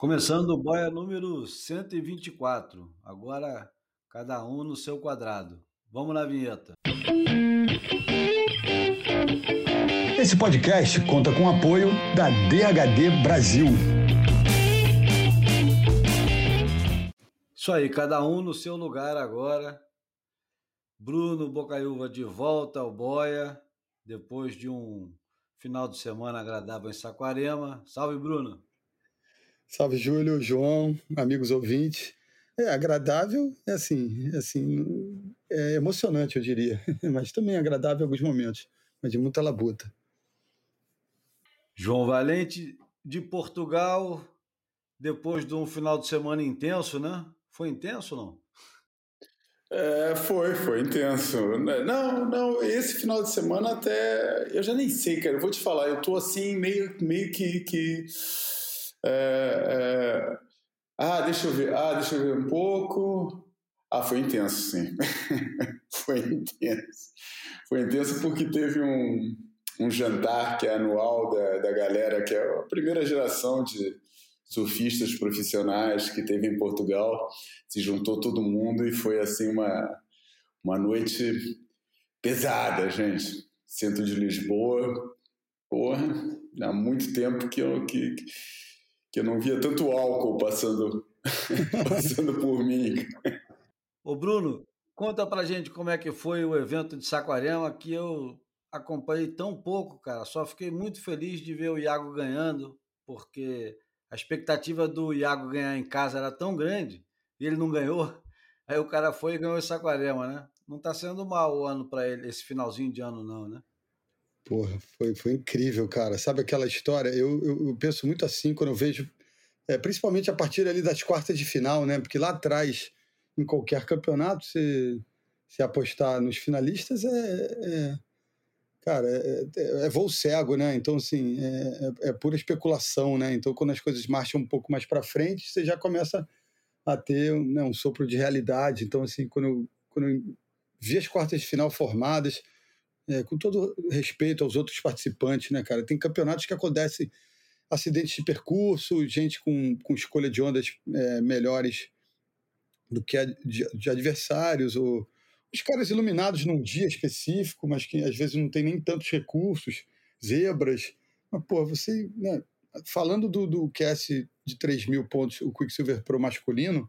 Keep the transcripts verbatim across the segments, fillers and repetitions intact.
Começando o boia número cento e vinte e quatro. Agora, cada um no seu quadrado. Vamos na vinheta. Esse podcast conta com o apoio da D H D Brasil. Isso aí, cada um no seu lugar agora. Bruno Bocaiúva de volta ao boia, depois de um final de semana agradável em Saquarema. Salve, Bruno! Salve, Júlio, João, amigos ouvintes. É agradável, é assim, é assim, é emocionante, eu diria, mas também é agradável em alguns momentos, mas de muita labuta. João Valente de Portugal, depois de um final de semana intenso, né? Foi intenso ou não? É, foi, foi intenso. Não, não, esse final de semana até. Eu já nem sei, cara. Eu vou te falar, eu tô assim, meio, meio que. que é, é... Ah, deixa eu ver. Ah, deixa eu ver um pouco. Ah, foi intenso, sim. Foi intenso. Foi intenso porque teve um, um jantar que é anual da, da galera, que é a primeira geração de surfistas profissionais que teve em Portugal. Se juntou todo mundo e foi assim uma, uma noite pesada, gente. Centro de Lisboa, porra, há muito tempo que eu, que, que eu não via tanto álcool passando, passando por mim. Ô Bruno, conta pra gente como é que foi o evento de Saquarema, que eu acompanhei tão pouco, cara. Só fiquei muito feliz de ver o Iago ganhando, porque a expectativa do Iago ganhar em casa era tão grande e ele não ganhou. Aí o cara foi e ganhou em Saquarema, né? Não tá sendo mal o ano pra ele, esse finalzinho de ano, não, né? Porra, foi, foi incrível, cara. Sabe aquela história? Eu, eu, eu penso muito assim quando eu vejo, é, principalmente a partir ali das quartas de final, né? Porque lá atrás, em qualquer campeonato, se, se apostar nos finalistas é, é cara, é, é, é voo cego, né? Então, assim, é, é, é pura especulação, né? Então, quando as coisas marcham um pouco mais para frente, você já começa a ter, né, um sopro de realidade. Então, assim, quando eu, quando eu vi as quartas de final formadas, é, com todo respeito aos outros participantes, né, cara? Tem campeonatos que acontecem acidentes de percurso, gente com, com escolha de ondas é, melhores do que a de, de adversários, ou os caras iluminados num dia específico, mas que às vezes não tem nem tantos recursos, zebras. Mas, pô, você, né, falando do, do Q S de três mil pontos, o Quicksilver Pro masculino,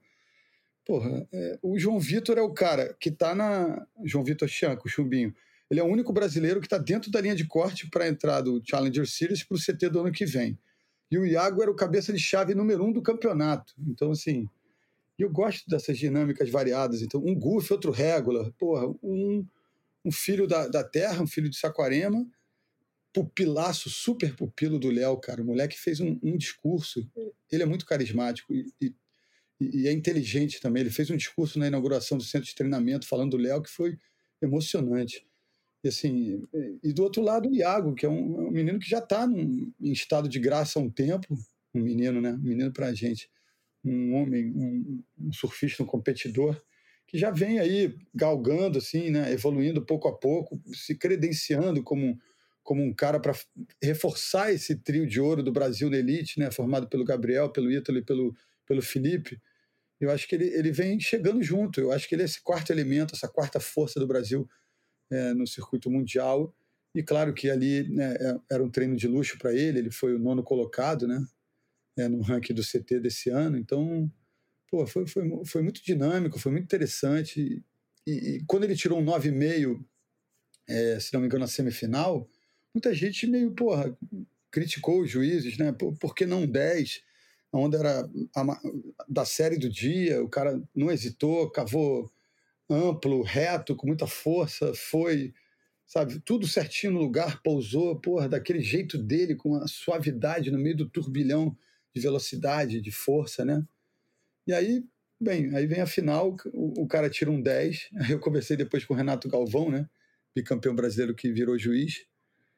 porra, é, o João Vitor é o cara que tá na. João Vitor Chanco, o Chumbinho. Ele é o único brasileiro que está dentro da linha de corte para entrar do Challenger Series para o C T do ano que vem. E o Iago era o cabeça de chave número um do campeonato. Então, assim, eu gosto dessas dinâmicas variadas. Então, um Goofy, outro Régula. Porra, um, um filho da, da terra, um filho de Saquarema, pupilaço, super pupilo do Léo, cara. O moleque fez um, um discurso. Ele é muito carismático e, e, e é inteligente também. Ele fez um discurso na inauguração do centro de treinamento falando do Léo que foi emocionante. E, assim, e do outro lado, o Iago, que é um, um menino que já está em estado de graça há um tempo. Um menino, né? Um menino pra gente. Um homem, um, um surfista, um competidor, que já vem aí galgando, assim, né? Evoluindo pouco a pouco, se credenciando como, como um cara para reforçar esse trio de ouro do Brasil na elite, né? Formado pelo Gabriel, pelo Ítalo e pelo, pelo Felipe. Eu acho que ele, ele vem chegando junto. Eu acho que ele é esse quarto elemento, essa quarta força do Brasil é, no circuito mundial. E claro que ali, né, era um treino de luxo para ele, ele foi o nono colocado, né, é, no ranking do C T desse ano. Então, pô, foi, foi, foi muito dinâmico, foi muito interessante. E, e quando ele tirou um nove vírgula cinco, é, se não me engano, na semifinal, muita gente meio, porra, criticou os juízes, né? Por, por que não dez? A onda era a, da série do dia, o cara não hesitou, cavou amplo, reto, com muita força, foi, sabe, tudo certinho no lugar, pousou, porra, daquele jeito dele, com a suavidade no meio do turbilhão de velocidade, de força, né? E aí, bem, aí vem a final, o, o cara tira um dez, aí eu conversei depois com o Renato Galvão, né, bicampeão brasileiro que virou juiz,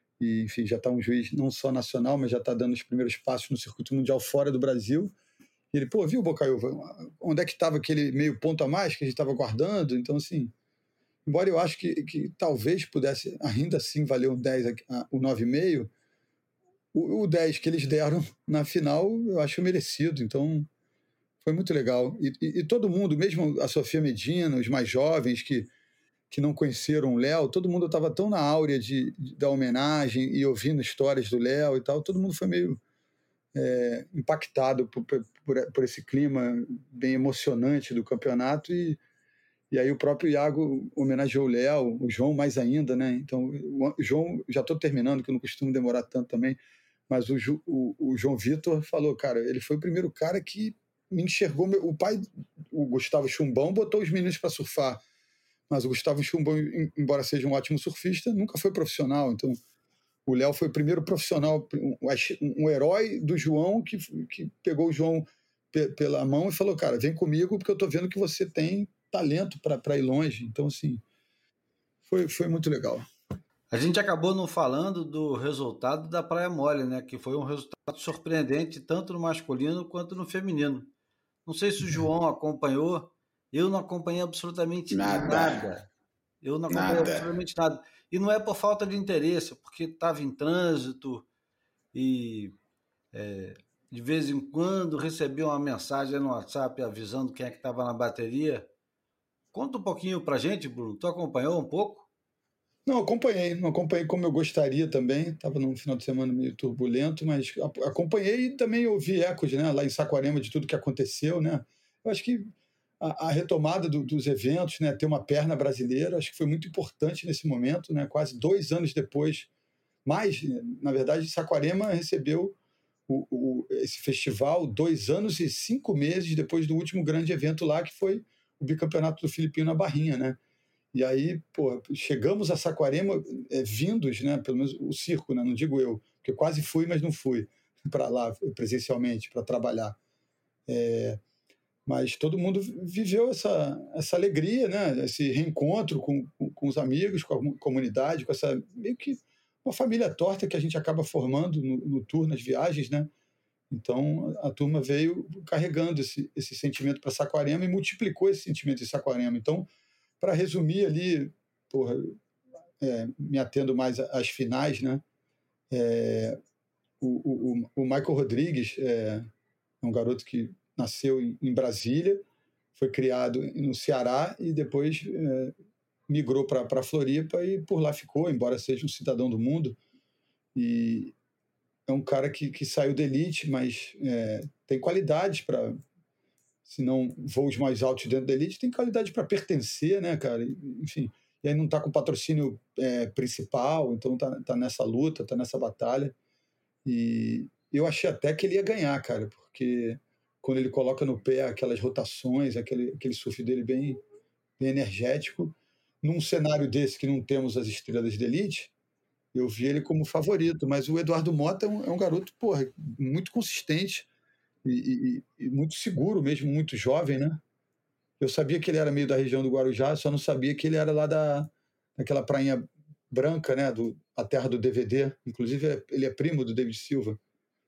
e enfim, já está um juiz não só nacional, mas já está dando os primeiros passos no circuito mundial fora do Brasil. E ele, pô, viu, Bocaiúva, onde é que estava aquele meio ponto a mais que a gente estava guardando? Então, assim, embora eu acho que, que talvez pudesse ainda assim valer um dez, o nove vírgula cinco, o, o dez que eles deram na final, eu acho merecido. Então, foi muito legal. E, e, e todo mundo, mesmo a Sofia Medina, os mais jovens que, que não conheceram o Léo, todo mundo estava tão na áurea de, de, da homenagem e ouvindo histórias do Léo e tal, todo mundo foi meio é, impactado por, por, por esse clima bem emocionante do campeonato. E, e aí o próprio Iago homenageou o Léo, o João mais ainda, né? Então, o João, já estou terminando, que eu não costumo demorar tanto também, mas o, o, o João Vitor falou, cara, ele foi o primeiro cara que me enxergou. O pai, o Gustavo Chumbão, botou os meninos para surfar, mas o Gustavo Chumbão, embora seja um ótimo surfista, nunca foi profissional. Então, o Léo foi o primeiro profissional, um, um herói do João, que, que pegou o João pe, pela mão e falou, cara, vem comigo, porque eu estou vendo que você tem talento para ir longe. Então, assim, foi, foi muito legal. A gente acabou não falando do resultado da Praia Mole, né? Que foi um resultado surpreendente tanto no masculino quanto no feminino. Não sei se o João acompanhou, eu não acompanhei absolutamente nada. nada. Eu não acompanhei nada. absolutamente nada. E não é por falta de interesse, porque estava em trânsito e é, de vez em quando recebia uma mensagem no WhatsApp avisando quem é que estava na bateria. Conta um pouquinho pra gente, Bruno. Tu acompanhou um pouco? Não, acompanhei. Não acompanhei como eu gostaria também. Estava num final de semana meio turbulento, mas acompanhei e também ouvi ecos, né, lá em Saquarema, de tudo que aconteceu, né? Eu acho que a, a retomada do, dos eventos, né, ter uma perna brasileira, acho que foi muito importante nesse momento, né? Quase dois anos depois, mais, na verdade, Saquarema recebeu o, o, esse festival dois anos e cinco meses depois do último grande evento lá, que foi o bicampeonato do Filipinho na Barrinha, né? E aí, pô, chegamos a Saquarema é, vindos, né? Pelo menos o circo, né? Não digo eu, porque eu quase fui, mas não fui para lá presencialmente para trabalhar. É, mas todo mundo viveu essa, essa alegria, né? Esse reencontro com, com, com os amigos, com a comunidade, com essa meio que uma família torta que a gente acaba formando no, no tour, nas viagens, né? Então a turma veio carregando esse, esse sentimento para Saquarema e multiplicou esse sentimento em Saquarema. Então, para resumir ali, porra, é, me atendo mais às finais, né? É, o, o, o Michael Rodrigues é, é um garoto que nasceu em, em Brasília, foi criado no Ceará e depois é, migrou para Floripa e por lá ficou, embora seja um cidadão do mundo. E é um cara que, que saiu da elite, mas é, tem qualidades para, se não voos mais altos dentro da elite, tem qualidade para pertencer, né, cara? Enfim, e aí não está com patrocínio é, principal, então está tá nessa luta, está nessa batalha. E eu achei até que ele ia ganhar, cara, porque quando ele coloca no pé aquelas rotações, aquele, aquele surf dele bem, bem energético, num cenário desse que não temos as estrelas de elite, eu vi ele como favorito. Mas o Eduardo Mota é um, é um garoto, porra, muito consistente e, e, e muito seguro mesmo, muito jovem, né? Eu sabia que ele era meio da região do Guarujá, só não sabia que ele era lá da, daquela prainha branca, né? Do, a terra do D V D. Inclusive, ele é primo do David Silva.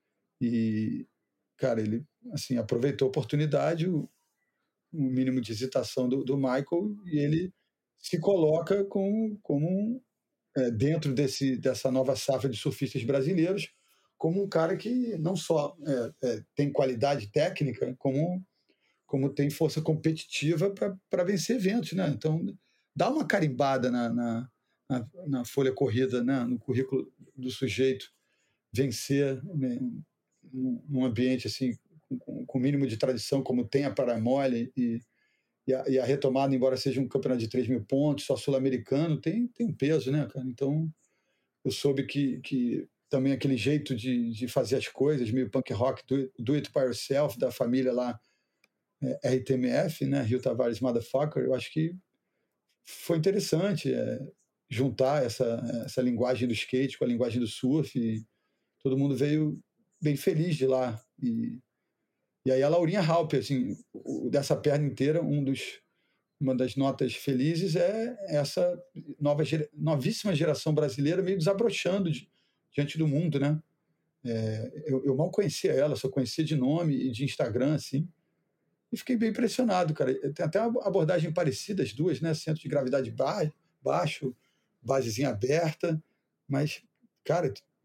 E, cara, ele assim, aproveitou a oportunidade, o, o mínimo de hesitação do, do Michael, e ele se coloca com, como um, é, dentro desse, dessa nova safra de surfistas brasileiros, como um cara que não só é, é, tem qualidade técnica, como, como tem força competitiva para vencer eventos, né? Então, dá uma carimbada na, na, na, na folha corrida, né? No currículo do sujeito, vencer, né? Num ambiente assim, com o mínimo de tradição, como tem a Praia Mole, e, e, a, e a retomada, embora seja um campeonato de três mil pontos, só sul-americano, tem, tem um peso, né, cara? Então, eu soube que, que também aquele jeito de, de fazer as coisas, meio punk rock, do, do it by yourself, da família lá, é, R T M F, né, Rio Tavares Motherfucker, eu acho que foi interessante é, juntar essa, essa linguagem do skate com a linguagem do surf, e todo mundo veio bem feliz de lá. E, e aí a Laurinha Halpe, assim, o, dessa perna inteira, um dos, uma das notas felizes é essa nova, novíssima geração brasileira meio desabrochando de, diante do mundo, né? É, eu, eu mal conhecia ela, só conhecia de nome e de Instagram, assim, e fiquei bem impressionado, cara. Tem até uma abordagem parecida, as duas, né? Centro de gravidade ba baixo, basezinha aberta, mas, cara,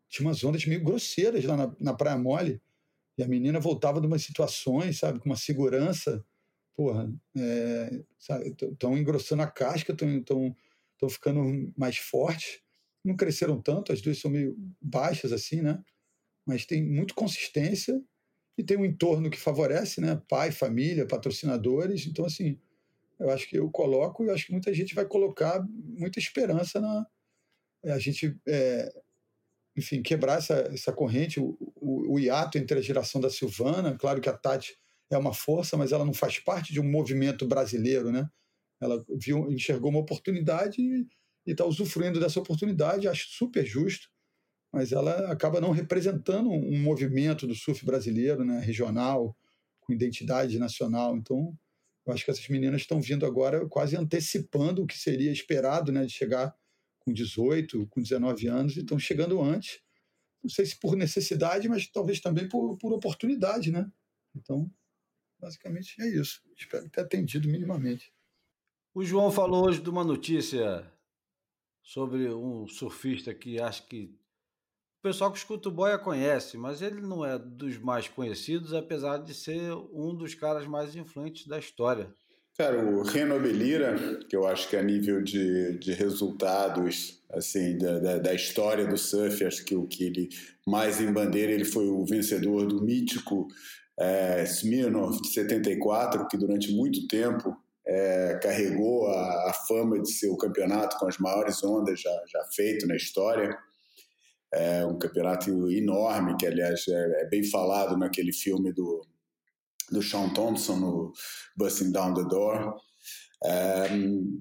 tinha umas ondas meio grosseiras lá na, na Praia Mole, e a menina voltava de umas situações, sabe, com uma segurança, porra, é, estão engrossando a casca, estão ficando mais fortes, não cresceram tanto, as duas são meio baixas assim, né? Mas tem muita consistência e tem um entorno que favorece, né? Pai, família, patrocinadores, então assim, eu acho que eu coloco e eu acho que muita gente vai colocar muita esperança na a gente, é, enfim, quebrar essa, essa corrente, o, o, o hiato entre a geração da Silvana. Claro que a Tati é uma força, mas ela não faz parte de um movimento brasileiro, né? Ela viu, enxergou uma oportunidade e está usufruindo dessa oportunidade, acho super justo, mas ela acaba não representando um movimento do surf brasileiro, né? Regional, com identidade nacional. Então, eu acho que essas meninas estão vindo agora quase antecipando o que seria esperado, né? De chegar com dezoito, com dezenove anos, e estão chegando antes. Não sei se por necessidade, mas talvez também por, por oportunidade, né? Então, basicamente é isso. Espero ter atendido minimamente. O João falou hoje de uma notícia sobre um surfista que acho que o pessoal que escuta o Boia conhece, mas ele não é dos mais conhecidos, apesar de ser um dos caras mais influentes da história. Cara, o Reno Abellira, que eu acho que a nível de, de resultados, assim, da, da, da história do surf, acho que o que ele mais em bandeira, ele foi o vencedor do mítico é, Smirnoff de setenta e quatro, que durante muito tempo é, carregou a, a fama de ser o campeonato com as maiores ondas já, já feito na história. É um campeonato enorme, que aliás é, é bem falado naquele filme do do Sean Thompson no Busting Down the Door. Um,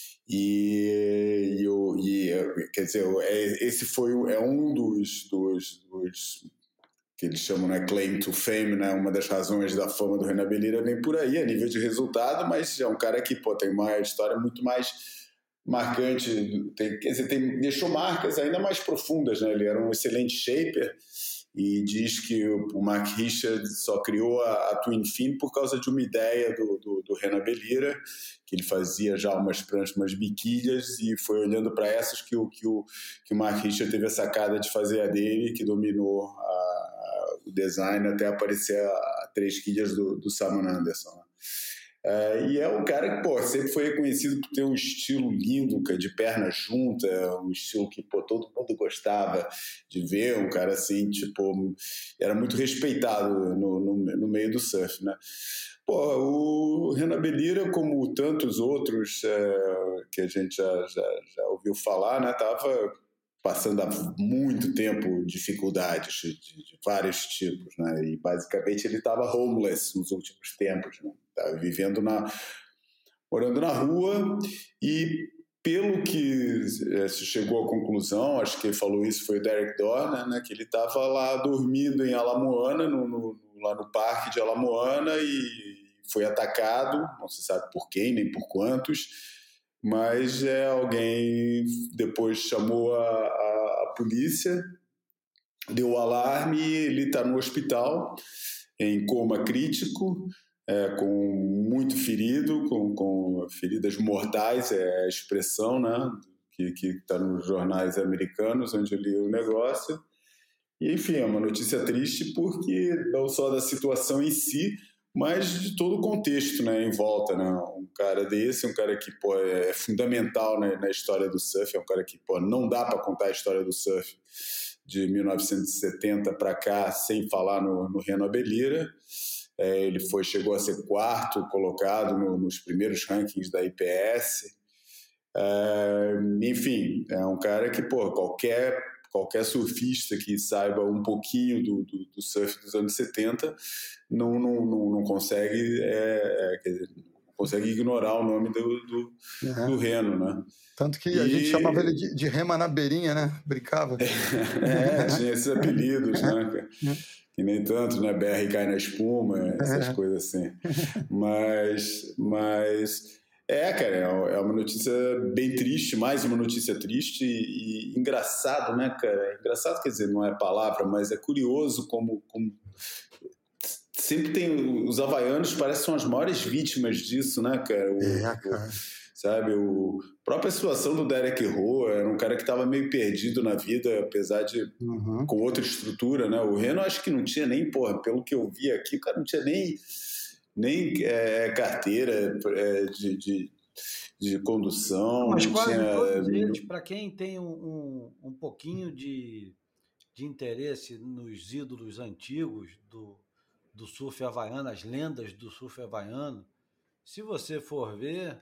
e, e, e quer dizer, esse foi é um dos, dos, dos que eles chamam, né, claim to fame, né, uma das razões da fama do Reno Abellira vem por aí, a nível de resultado, mas é um cara que, pô, tem uma história muito mais marcante, tem, quer dizer, tem, deixou marcas ainda mais profundas, né? Ele era um excelente shaper, e diz que o Mark Richard só criou a, a Twin Fin por causa de uma ideia do, do, do Reno Abellira, que ele fazia já umas pranchas, umas biquilhas, e foi olhando para essas que o, que, o, que o Mark Richard teve a sacada de fazer a dele, que dominou a, a, o design até aparecer a, a três quilhas do, do Simon Anderson. Uh, e é um cara que, pô, sempre foi reconhecido por ter um estilo lindo, de perna junta, um estilo que, pô, todo mundo gostava de ver, um cara assim, tipo, era muito respeitado no, no, no meio do surf, né? Pô, o Reno Abellira, como tantos outros é, que a gente já, já, já ouviu falar, né, tava passando há muito tempo dificuldades de, de vários tipos, né? E basicamente ele estava homeless nos últimos tempos, né? Estava vivendo na, morando na rua, e pelo que é, se chegou à conclusão, acho que falou isso foi o Derek Dorner, né? Que ele estava lá dormindo em Ala Moana, no, no, lá no parque de Ala Moana, e foi atacado, não se sabe por quem nem por quantos. Mas é, alguém depois chamou a, a, a polícia, deu o alarme, e ele está no hospital, em coma crítico, é, com muito ferido, com, com feridas mortais, é a expressão, né, que está nos jornais americanos, onde eu li o negócio. E, enfim, é uma notícia triste, porque não só da situação em si, mas de todo o contexto, né, em volta, né? Um cara desse, um cara que, pô, é fundamental, né, na história do surf, é um cara que, pô, não dá para contar a história do surf de mil novecentos e setenta para cá sem falar no, no Reno Abellira. É, ele foi, chegou a ser quarto colocado no, nos primeiros rankings da I P S. É, enfim, é um cara que, pô, qualquer qualquer surfista que saiba um pouquinho do, do, do surf dos anos setenta não, não, não, não consegue é, é, quer dizer, não consegue ignorar o nome do, do, uhum. do Reno, né? Tanto que e... a gente chamava ele de, de Rema na beirinha, né? Brincava. É, tinha esses apelidos, né? Que nem tanto, né? B R cai na espuma, essas coisas assim. Mas... mas... É, cara, é uma notícia bem triste, mais uma notícia triste e, e engraçado, né, cara? Engraçado, quer dizer, não é palavra, mas é curioso como, como sempre tem, os havaianos parecem as maiores vítimas disso, né, cara? O, é, cara. sabe? O, a própria situação do Derek Rowe, era um cara que estava meio perdido na vida, apesar de Uhum. com outra estrutura, né? O Reno acho que não tinha nem, porra, pelo que eu vi aqui, o cara não tinha nem, nem é, carteira é, de, de, de condução, Mas não quase tinha... todos eles, para quem tem um, um, um pouquinho de, de interesse nos ídolos antigos do, do surf havaiano, as lendas do surf havaiano, se você for ver,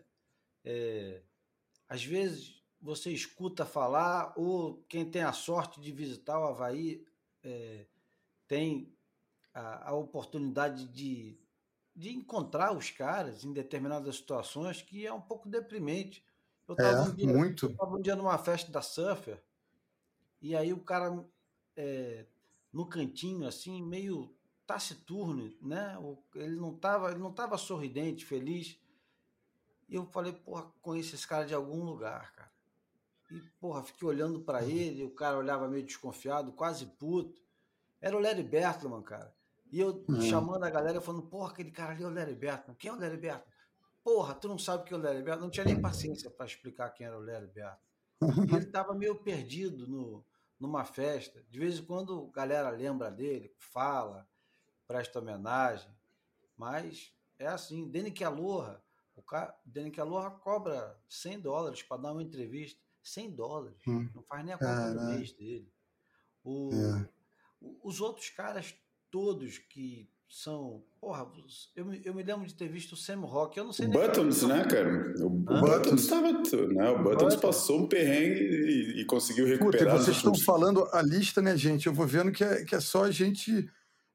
é, às vezes você escuta falar, ou quem tem a sorte de visitar o Havaí é, tem a, a oportunidade de, de encontrar os caras em determinadas situações, que é um pouco deprimente. Eu estava É, um dia, muito. eu tava um dia numa festa da Surfer, e aí o cara é, no cantinho, assim, meio taciturno, né? Ele não estava ele não tava sorridente, feliz. E eu falei, porra, conheço esse cara de algum lugar, cara. E, porra, fiquei olhando para ele, o cara olhava meio desconfiado, quase puto. Era o Larry Bertman, cara. E eu É. chamando a galera, falando, porra, aquele cara ali é o Larry Bertman. Quem é o Larry Bertman? Porra, tu não sabe quem é o Larry Bertman? Não tinha nem paciência para explicar quem era o Larry Bertman. E ele estava meio perdido no, numa festa. De vez em quando a galera lembra dele, fala, presta homenagem. Mas é assim, Denick Aloha, o cara, Denick Aloha cobra cem dólares para dar uma entrevista. cem dólares. Hum. Não faz nem a conta do Caralho. mês dele. O, É. Os outros caras todos que são... Porra, eu me, eu me lembro de ter visto o Sam Rock. Eu não sei O nem... Buttons, né, cara? O, o Buttons estava... Né? O Buttons passou um perrengue e, e conseguiu recuperar. Puta, e vocês estão últimos... falando a lista, né, gente? Eu vou vendo que é, que é só gente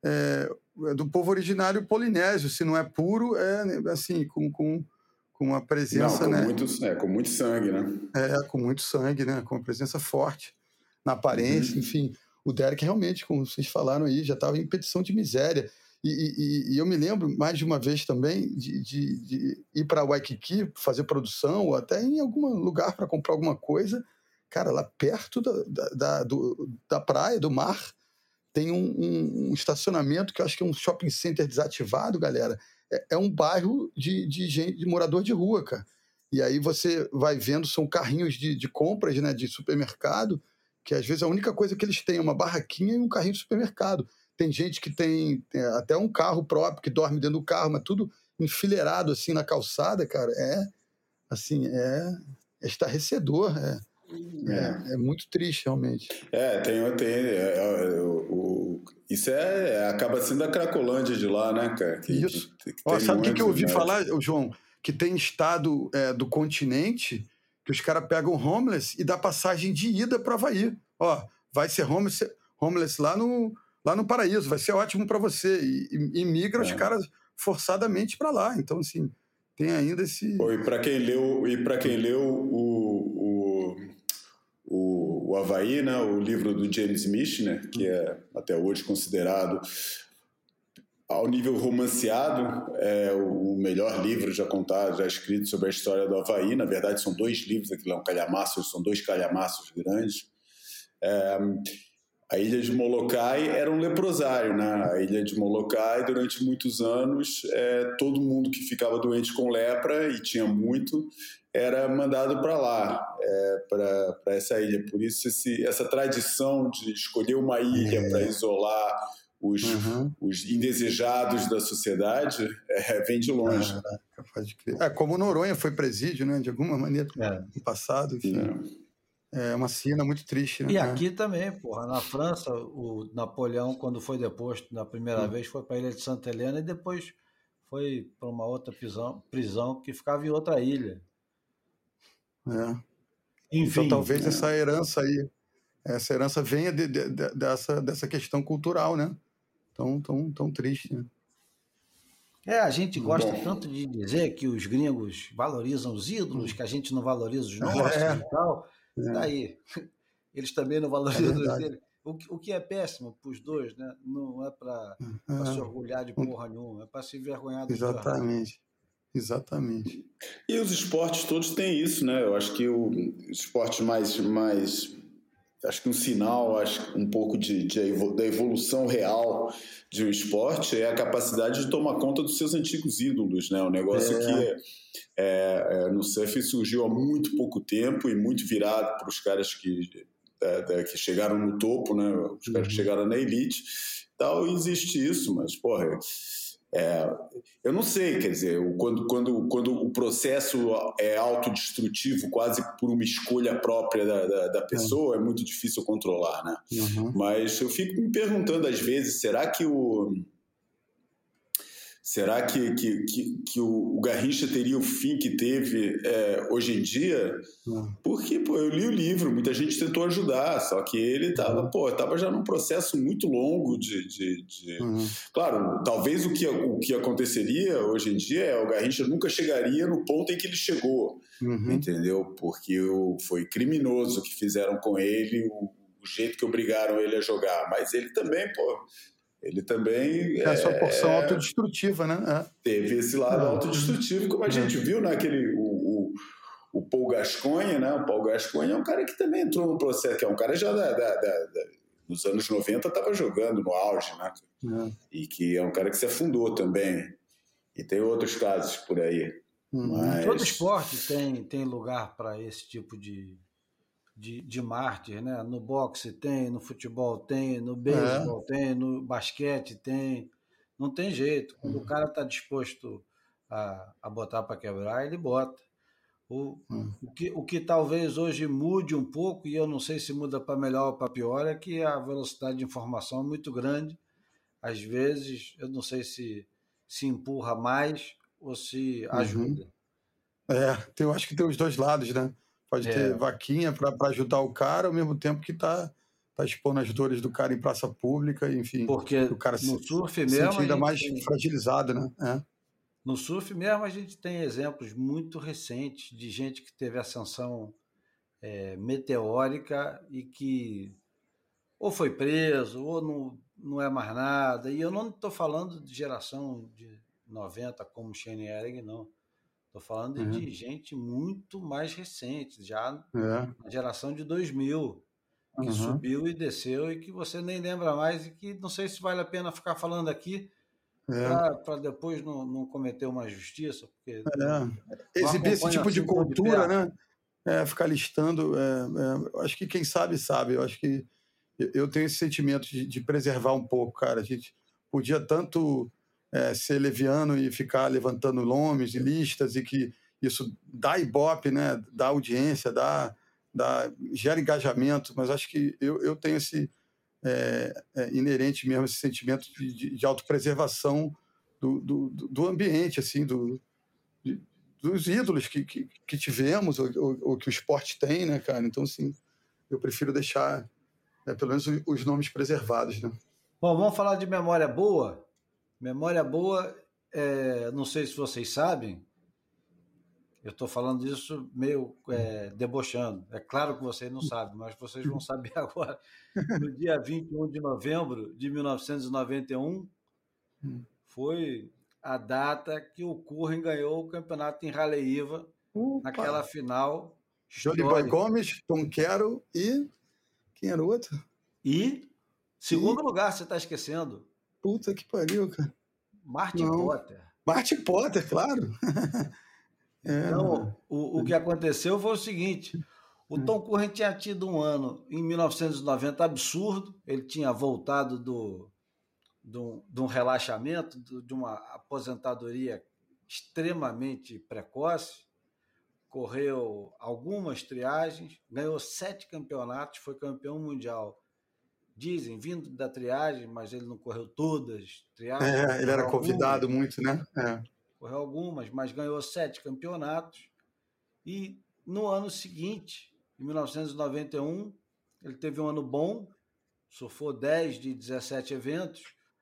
é, do povo originário polinésio. Se não é puro, é assim, com, com, com uma presença... Não, com, né? muito, é, com muito sangue, né? É, com muito sangue, né? Com uma presença forte na aparência, uhum. Enfim. O Derek realmente, como vocês falaram aí, já estava em petição de miséria. E, e, e eu me lembro mais de uma vez também de, de, de ir para Waikiki fazer produção, ou até em algum lugar para comprar alguma coisa. Cara, lá perto da, da, da, do, da praia, do mar, tem um, um, um estacionamento que eu acho que é um shopping center desativado, galera. É, é um bairro de, de, gente, de morador de rua, cara. E aí você vai vendo, são carrinhos de, de compras, né, de supermercado, que às vezes a única coisa que eles têm é uma barraquinha e um carrinho de supermercado. Tem gente que tem, tem até um carro próprio, que dorme dentro do carro, mas tudo enfileirado assim na calçada, cara. É, assim, é, é estarrecedor, é, é. É, é muito triste, realmente. É, tem... tem é, é, o, o, isso é, acaba sendo a Cracolândia de lá, né, cara? Que, isso. Que, que Ó, sabe o que, que eu ouvi né? falar, João? Que tem estado é, do continente que os caras pegam homeless e dá passagem de ida para o Havaí. Ó, vai ser homeless, homeless lá, no, lá no Paraíso, vai ser ótimo para você. E, e, e migra é. os caras forçadamente para lá. Então, assim, tem ainda esse... Pô, e para quem leu, e para quem leu o, o, o, o Havaí, né, o livro do James Michener, que é até hoje considerado, ao nível romanceado, é o melhor livro já contado, já escrito sobre a história do Havaí. Na verdade, são dois livros, aquilo é um calhamaço, são dois calhamaços grandes. É, a ilha de Molokai era um leprosário, né? A ilha de Molokai, durante muitos anos, é, todo mundo que ficava doente com lepra, e tinha muito, era mandado para lá, é, para essa ilha. Por isso, esse, essa tradição de escolher uma ilha é. para isolar os, uhum. os indesejados da sociedade é, vem de longe. Ah, pode crer. É, como Noronha foi presídio, né, de alguma maneira, é. no passado. Enfim. É. é uma cena muito triste. Né? E aqui também, porra, na França, o Napoleão, quando foi deposto na primeira hum. vez, foi para a ilha de Santa Helena e depois foi para uma outra prisão, prisão que ficava em outra ilha. É. Enfim, então talvez é. essa herança aí, essa herança venha de, de, de, dessa, dessa questão cultural, né? Tão, tão, tão triste, né? É, a gente gosta Bom. tanto de dizer que os gringos valorizam os ídolos, que a gente não valoriza os nossos é. e tal. É. Daí, eles também não valorizam é os deles. O, o que é péssimo para os dois, né? Não é para é. se orgulhar de porra nenhuma, é para se envergonhar do Exatamente. Exatamente. E os esportes todos têm isso, né? Eu acho que o, os esportes mais... mais... acho que um sinal, acho que um pouco de, de, da evolução real de um esporte é a capacidade de tomar conta dos seus antigos ídolos, né? Um negócio é. que é, é, no surf surgiu há muito pouco tempo e muito virado para os caras que, é, que chegaram no topo, né? Os caras uhum. que chegaram na elite. Tal, existe isso, mas, porra... É, eu não sei, quer dizer, quando, quando, quando o processo é autodestrutivo, quase por uma escolha própria da, da, da pessoa, é. é muito difícil controlar, né? Uhum. Mas eu fico me perguntando às vezes, será que o... Será que, que, que, que o Garrincha teria o fim que teve é, hoje em dia? Uhum. Porque, pô, eu li o livro, muita gente tentou ajudar, só que ele estava uhum. pô, tava já num processo muito longo de... de, de... Uhum. Claro, talvez o que, o que aconteceria hoje em dia é o Garrincha nunca chegaria no ponto em que ele chegou, uhum. entendeu? Porque o, foi criminoso o que fizeram com ele, o, o jeito que obrigaram ele a jogar. Mas ele também, pô... Ele também... É a sua porção é, autodestrutiva, né? É. Teve esse lado é. autodestrutivo, como a é. gente viu, né? Aquele, o, o, o Paul Gascoigne, né? O Paul Gascoigne é um cara que também entrou no processo, que é um cara já da, da, da, da, nos anos noventa estava jogando no auge, né? É. E que é um cara que se afundou também. E tem outros casos por aí. Uhum. Mas... Todo esporte tem, tem lugar para esse tipo de... De, de mártir, né? No boxe tem, no futebol tem, no beisebol é. tem, no basquete tem. Não tem jeito. Quando uhum. o cara está disposto a, a botar para quebrar, ele bota. O, uhum. o, que, o que talvez hoje mude um pouco, e eu não sei se muda para melhor ou para pior, é que a velocidade de informação é muito grande. Às vezes, eu não sei se se empurra mais ou se ajuda. Uhum. É, eu acho que tem os dois lados, né? Pode é. ter vaquinha para ajudar o cara, ao mesmo tempo que está tá expondo as dores do cara em praça pública, enfim. Porque o cara no se, surf se mesmo sente ainda mais tem... fragilizado, né? É. No surf mesmo a gente tem exemplos muito recentes de gente que teve ascensão é, meteórica e que ou foi preso ou não, não é mais nada. E eu não estou falando de geração de noventa como Shane Ehring, não. Estou falando uhum. de gente muito mais recente, já é. na geração de dois mil, que uhum. subiu e desceu e que você nem lembra mais e que não sei se vale a pena ficar falando aqui é. para depois não, não cometer uma justiça. Porque é. não, exibir não esse tipo de cultura, de né? É, ficar listando. É, é, acho que quem sabe, sabe. Eu acho que eu tenho esse sentimento de, de preservar um pouco, cara. A gente podia tanto... É, ser leviano e ficar levantando nomes e listas e que isso dá ibope, né? Dá audiência, dá, dá, gera engajamento, mas acho que eu, eu tenho esse é, é, inerente mesmo, esse sentimento de, de, de autopreservação do, do, do ambiente, assim, do, de, dos ídolos que, que, que tivemos ou, ou, ou que o esporte tem, né, cara? Então, assim, eu prefiro deixar né, pelo menos os nomes preservados, né? Bom, vamos falar de memória boa? Memória boa, é, não sei se vocês sabem, eu estou falando isso meio é, debochando. É claro que vocês não sabem, mas vocês vão saber agora. No dia vinte e um de novembro de mil novecentos e noventa e um, foi a data que o Curren ganhou o campeonato em Raleiva, Opa. naquela final. Johnny Boy Gomes, Tom Carroll e... Quem era o outro? E, segundo e... lugar, você está esquecendo. Puta que pariu, cara. Martin não. Potter. Martin Potter, claro. é, então, o, o que aconteceu foi o seguinte, o Tom Curren tinha tido um ano, em mil novecentos e noventa, absurdo, ele tinha voltado do, do, de um relaxamento, do, de uma aposentadoria extremamente precoce, correu algumas triagens, ganhou sete campeonatos, foi campeão mundial. Dizem, vindo da triagem, mas ele não correu todas. Triagens, é, ele era convidado algumas, muito, né? É. Correu algumas, mas ganhou sete campeonatos. E no ano seguinte, em mil novecentos e noventa e um, ele teve um ano bom, surfou dez de dezessete eventos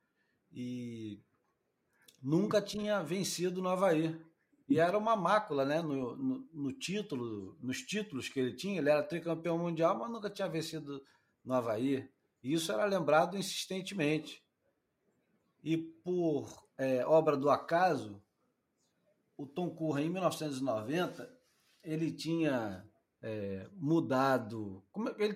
e nunca tinha vencido no Havaí. E era uma mácula, né? No, no, no título, nos títulos que ele tinha, ele era tricampeão mundial, mas nunca tinha vencido no Havaí. E isso era lembrado insistentemente. E por é, obra do acaso, o Tom Curren, em mil novecentos e noventa, ele tinha é, mudado... Como, ele tinha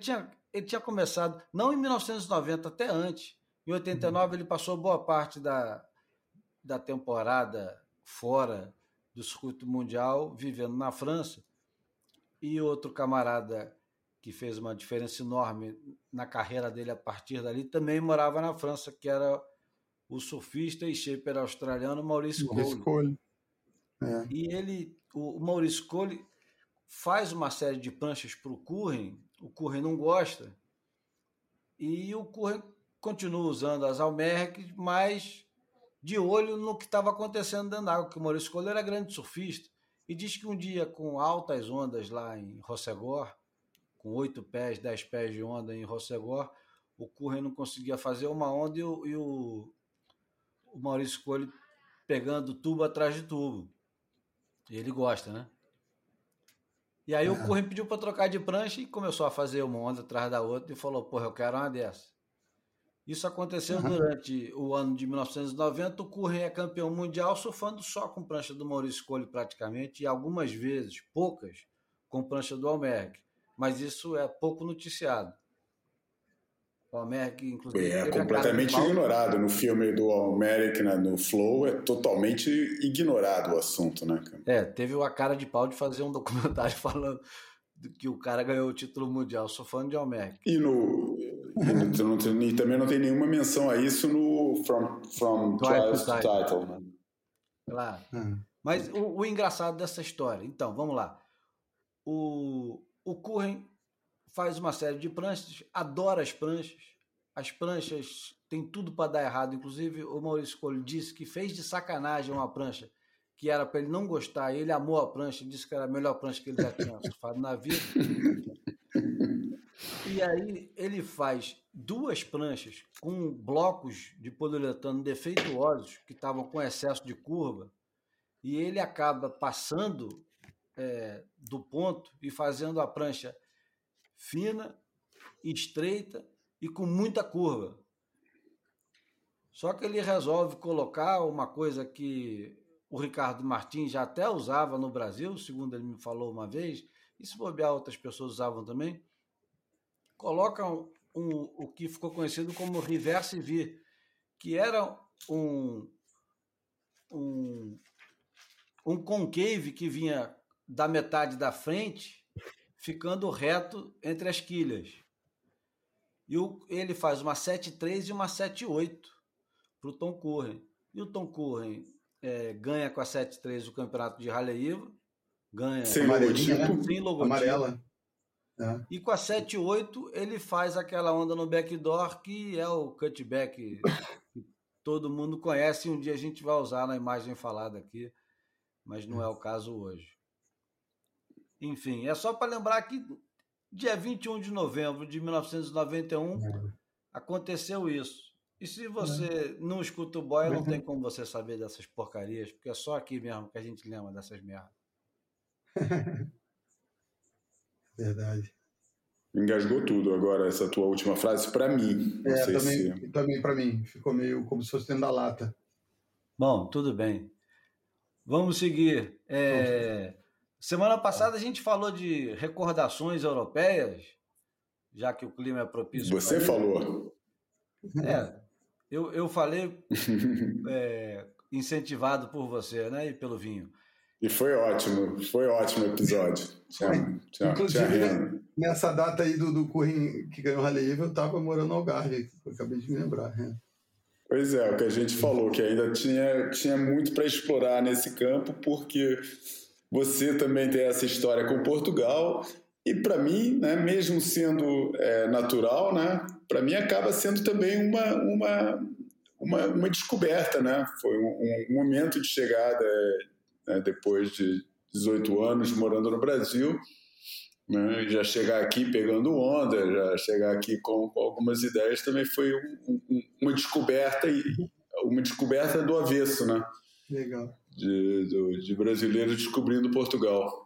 ele tinha começado, não em mil novecentos e noventa, até antes. Em oitenta e nove, ele passou boa parte da, da temporada fora do circuito mundial, vivendo na França. E outro camarada que fez uma diferença enorme na carreira dele a partir dali também morava na França, que era o surfista e shaper australiano Maurice Cole. Cole. É. E ele, o Maurice Cole faz uma série de pranchas para o Curren, o Curren não gosta, e o Curren continua usando as Almerc, mas de olho no que estava acontecendo dentro da água, porque o Maurice Cole era grande surfista, e diz que um dia, com altas ondas lá em Rossegor, com oito pés, dez pés de onda em Rossegor, o Curren não conseguia fazer uma onda e o, e o, o Maurice Cole pegando tubo atrás de tubo. E ele gosta, né? E aí uhum. o Curren pediu para trocar de prancha e começou a fazer uma onda atrás da outra e falou, porra, eu quero uma dessa. Isso aconteceu uhum. durante o ano de mil novecentos e noventa. O Curren é campeão mundial surfando só com prancha do Maurice Cole praticamente, e algumas vezes, poucas, com prancha do Almerc. Mas isso é pouco noticiado. O Almerc, inclusive... É completamente ignorado. No filme do Almerc, né, no Flow, é totalmente ignorado o assunto, né? É, teve a cara de pau de fazer um documentário falando que o cara ganhou o título mundial surfando de Almerc. E no... E, não tem, e também não tem nenhuma menção a isso no From, from Trials to Title. title né? Claro. Uhum. Mas o, o engraçado dessa história... Então, vamos lá. O, o Curren faz uma série de pranchas, adora as pranchas. As pranchas têm tudo para dar errado. Inclusive, o Maurice Cole disse que fez de sacanagem uma prancha que era para ele não gostar. Ele amou a prancha, disse que era a melhor prancha que ele já tinha surfado na vida. E aí ele faz duas pranchas com blocos de poliuretano defeituosos que estavam com excesso de curva, e ele acaba passando é, do ponto e fazendo a prancha fina, estreita e com muita curva. Só que ele resolve colocar uma coisa que o Ricardo Martins já até usava no Brasil, segundo ele me falou uma vez, e se bobear outras pessoas usavam também, coloca um, um, o que ficou conhecido como reverse V, que era um, um, um concave que vinha da metade da frente, ficando reto entre as quilhas. E o, ele faz uma sete três e uma sete oito para o Tom Curren. E o Tom Curren é, ganha com a sete três o campeonato de Haleiwa, ganha sem logotipo, sem logotipo. Amarela. É. E com a sete oito ele faz aquela onda no backdoor, que é o cutback que todo mundo conhece, e um dia a gente vai usar na imagem falada aqui, mas não é o caso hoje. Enfim, é só para lembrar que dia vinte e um de novembro de mil novecentos e noventa e um é. aconteceu isso. E se você é. não escuta o boy, não tem como você saber dessas porcarias, porque é só aqui mesmo que a gente lembra dessas merdas. Verdade. Engasgou tudo agora essa tua última frase para mim. Não é, sei também, se... também para mim. Ficou meio como se fosse dentro da lata. Bom, tudo bem. Vamos seguir. É... Semana passada a gente falou de recordações europeias, já que o clima é propício. Você falou. É, eu, eu falei é, incentivado por você, né, e pelo vinho. E foi ótimo, foi ótimo o episódio. Tinha, tinha, Inclusive, tinha nessa data aí do, do Curren que ganhou o Haleiwa, eu estava morando no Algarve, eu acabei de me lembrar. Né? Pois é, o que a gente falou, que ainda tinha, tinha muito para explorar nesse campo, porque você também tem essa história com Portugal, e para mim, né, mesmo sendo é, natural, né, para mim acaba sendo também uma, uma, uma, uma descoberta. Né? Foi um, um momento de chegada... Né, depois de dezoito anos morando no Brasil, né, já chegar aqui pegando onda, já chegar aqui com, com algumas ideias, também foi um, um, uma descoberta, e uma descoberta do avesso, né? Legal. De, do, de brasileiros descobrindo Portugal.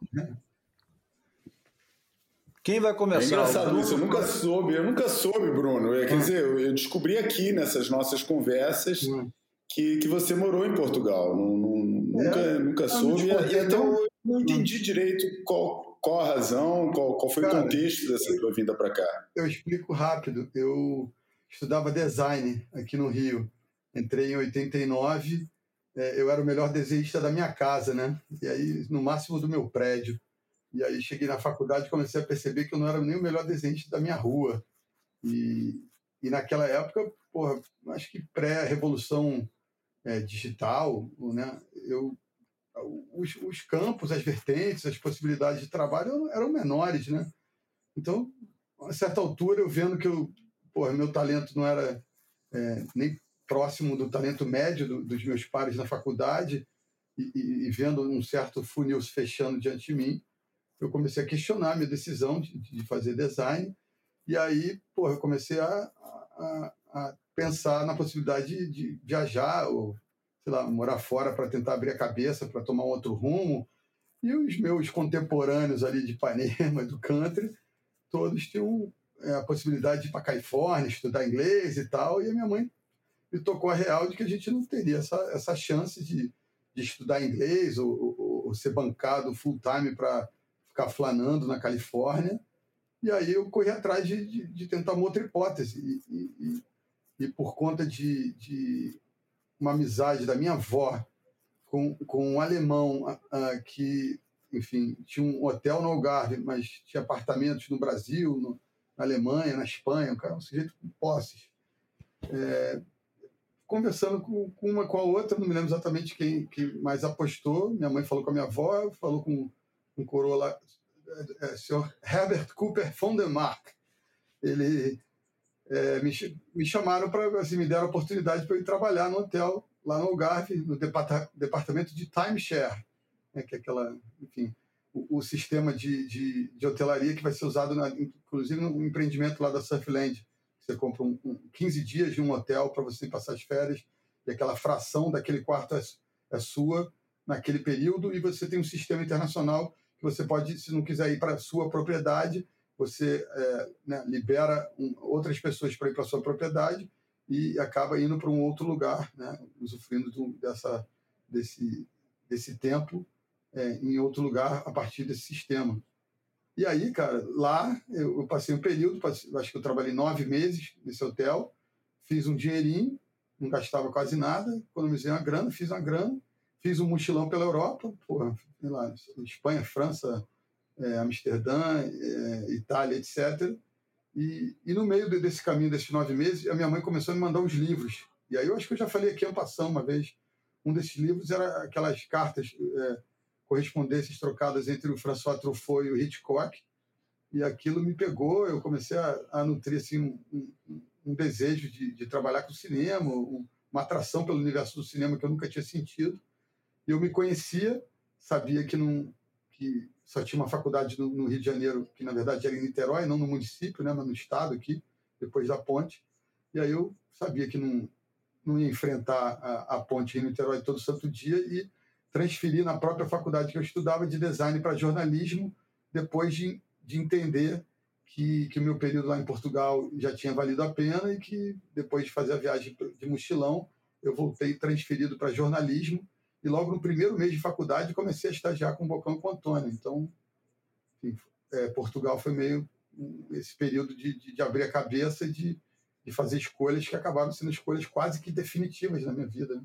Quem vai começar? É engraçado isso, eu nunca soube, eu nunca soube, Bruno. É, quer dizer, eu, eu descobri aqui nessas nossas conversas hum. que, que você morou em Portugal. Não, não, nunca, é, nunca soube, e até eu não entendi direito qual, qual a razão, qual, qual foi Cara, o contexto dessa tua vinda para cá? Eu explico rápido. Eu estudava design aqui no Rio. Entrei em oitenta e nove, é, eu era o melhor desenhista da minha casa, né? E aí, no máximo do meu prédio. E aí cheguei na faculdade e comecei a perceber que eu não era nem o melhor desenhista da minha rua. E, e naquela época, porra, acho que pré-revolução é, digital, né? Eu, os, os campos, as vertentes, as possibilidades de trabalho eram menores, né? Então, a certa altura, eu vendo que eu, porra, meu talento não era é, nem próximo do talento médio do, dos meus pares na faculdade, e, e, e vendo um certo funil se fechando diante de mim, eu comecei a questionar a minha decisão de, de fazer design. E aí, porra, eu comecei a, a, a pensar na possibilidade de, de viajar ou, sei lá, morar fora para tentar abrir a cabeça, para tomar um outro rumo. E os meus contemporâneos ali de Ipanema, do country, todos tinham é, a possibilidade de ir para a Califórnia, estudar inglês e tal. E a minha mãe me tocou a real de que a gente não teria essa, essa chance de, de estudar inglês ou, ou, ou ser bancado full time para ficar flanando na Califórnia. E aí eu corri atrás de, de, de tentar uma outra hipótese. E, e, e por conta de, de uma amizade da minha avó com, com um alemão uh, que, enfim, tinha um hotel no Algarve, mas tinha apartamentos no Brasil, no, na Alemanha, na Espanha, um, cara, um sujeito com posses. É, conversando com, com uma com a outra, não me lembro exatamente quem, quem mais apostou. Minha mãe falou com a minha avó, falou com um coroa lá, é, é, senhor Herbert Cooper von der Mark. Ele é, me, me chamaram para, assim, me deram a oportunidade para eu ir trabalhar no hotel lá no Algarve, no departa, departamento de timeshare, né, que é aquela, enfim, o, o sistema de, de, de hotelaria que vai ser usado, na, inclusive, no empreendimento lá da Surfland. Você compra um, um, quinze dias de um hotel para você passar as férias, e aquela fração daquele quarto é, é sua naquele período, e você tem um sistema internacional que você pode, se não quiser ir para a sua propriedade, você é, né, libera um, outras pessoas para ir para a sua propriedade e acaba indo para um outro lugar, né, usufruindo do, dessa, desse, desse tempo é, em outro lugar a partir desse sistema. E aí, cara, lá eu, eu passei um período, passei, acho que eu trabalhei nove meses nesse hotel, fiz um dinheirinho, não gastava quase nada, economizei uma grana, fiz uma grana, fiz um mochilão pela Europa, porra, sei lá, Espanha, França, é, Amsterdã, é, Itália, etcétera. E, e no meio desse caminho, desses nove meses, a minha mãe começou a me mandar uns livros. E aí eu acho que eu já falei aqui em passão uma vez. Um desses livros era aquelas cartas, é, correspondências trocadas entre o François Truffaut e o Hitchcock. E aquilo me pegou, eu comecei a, a nutrir assim, um, um, um desejo de, de trabalhar com cinema, um, uma atração pelo universo do cinema que eu nunca tinha sentido. E eu me conhecia, sabia que, não, que só tinha uma faculdade no, no Rio de Janeiro, que na verdade era em Niterói, não no município, né, mas no estado aqui, depois da ponte. E aí eu sabia que não, não ia enfrentar a, a ponte em Niterói todo santo dia e transferi na própria faculdade que eu estudava de design para jornalismo, depois de, de entender que, que o meu período lá em Portugal já tinha valido a pena e que depois de fazer a viagem de mochilão, eu voltei transferido para jornalismo. E logo no primeiro mês de faculdade comecei a estagiar com o Bocão e com o Antônio. Então, enfim, é, Portugal foi meio esse período de, de, de abrir a cabeça e de, de fazer escolhas que acabaram sendo escolhas quase que definitivas na minha vida, né?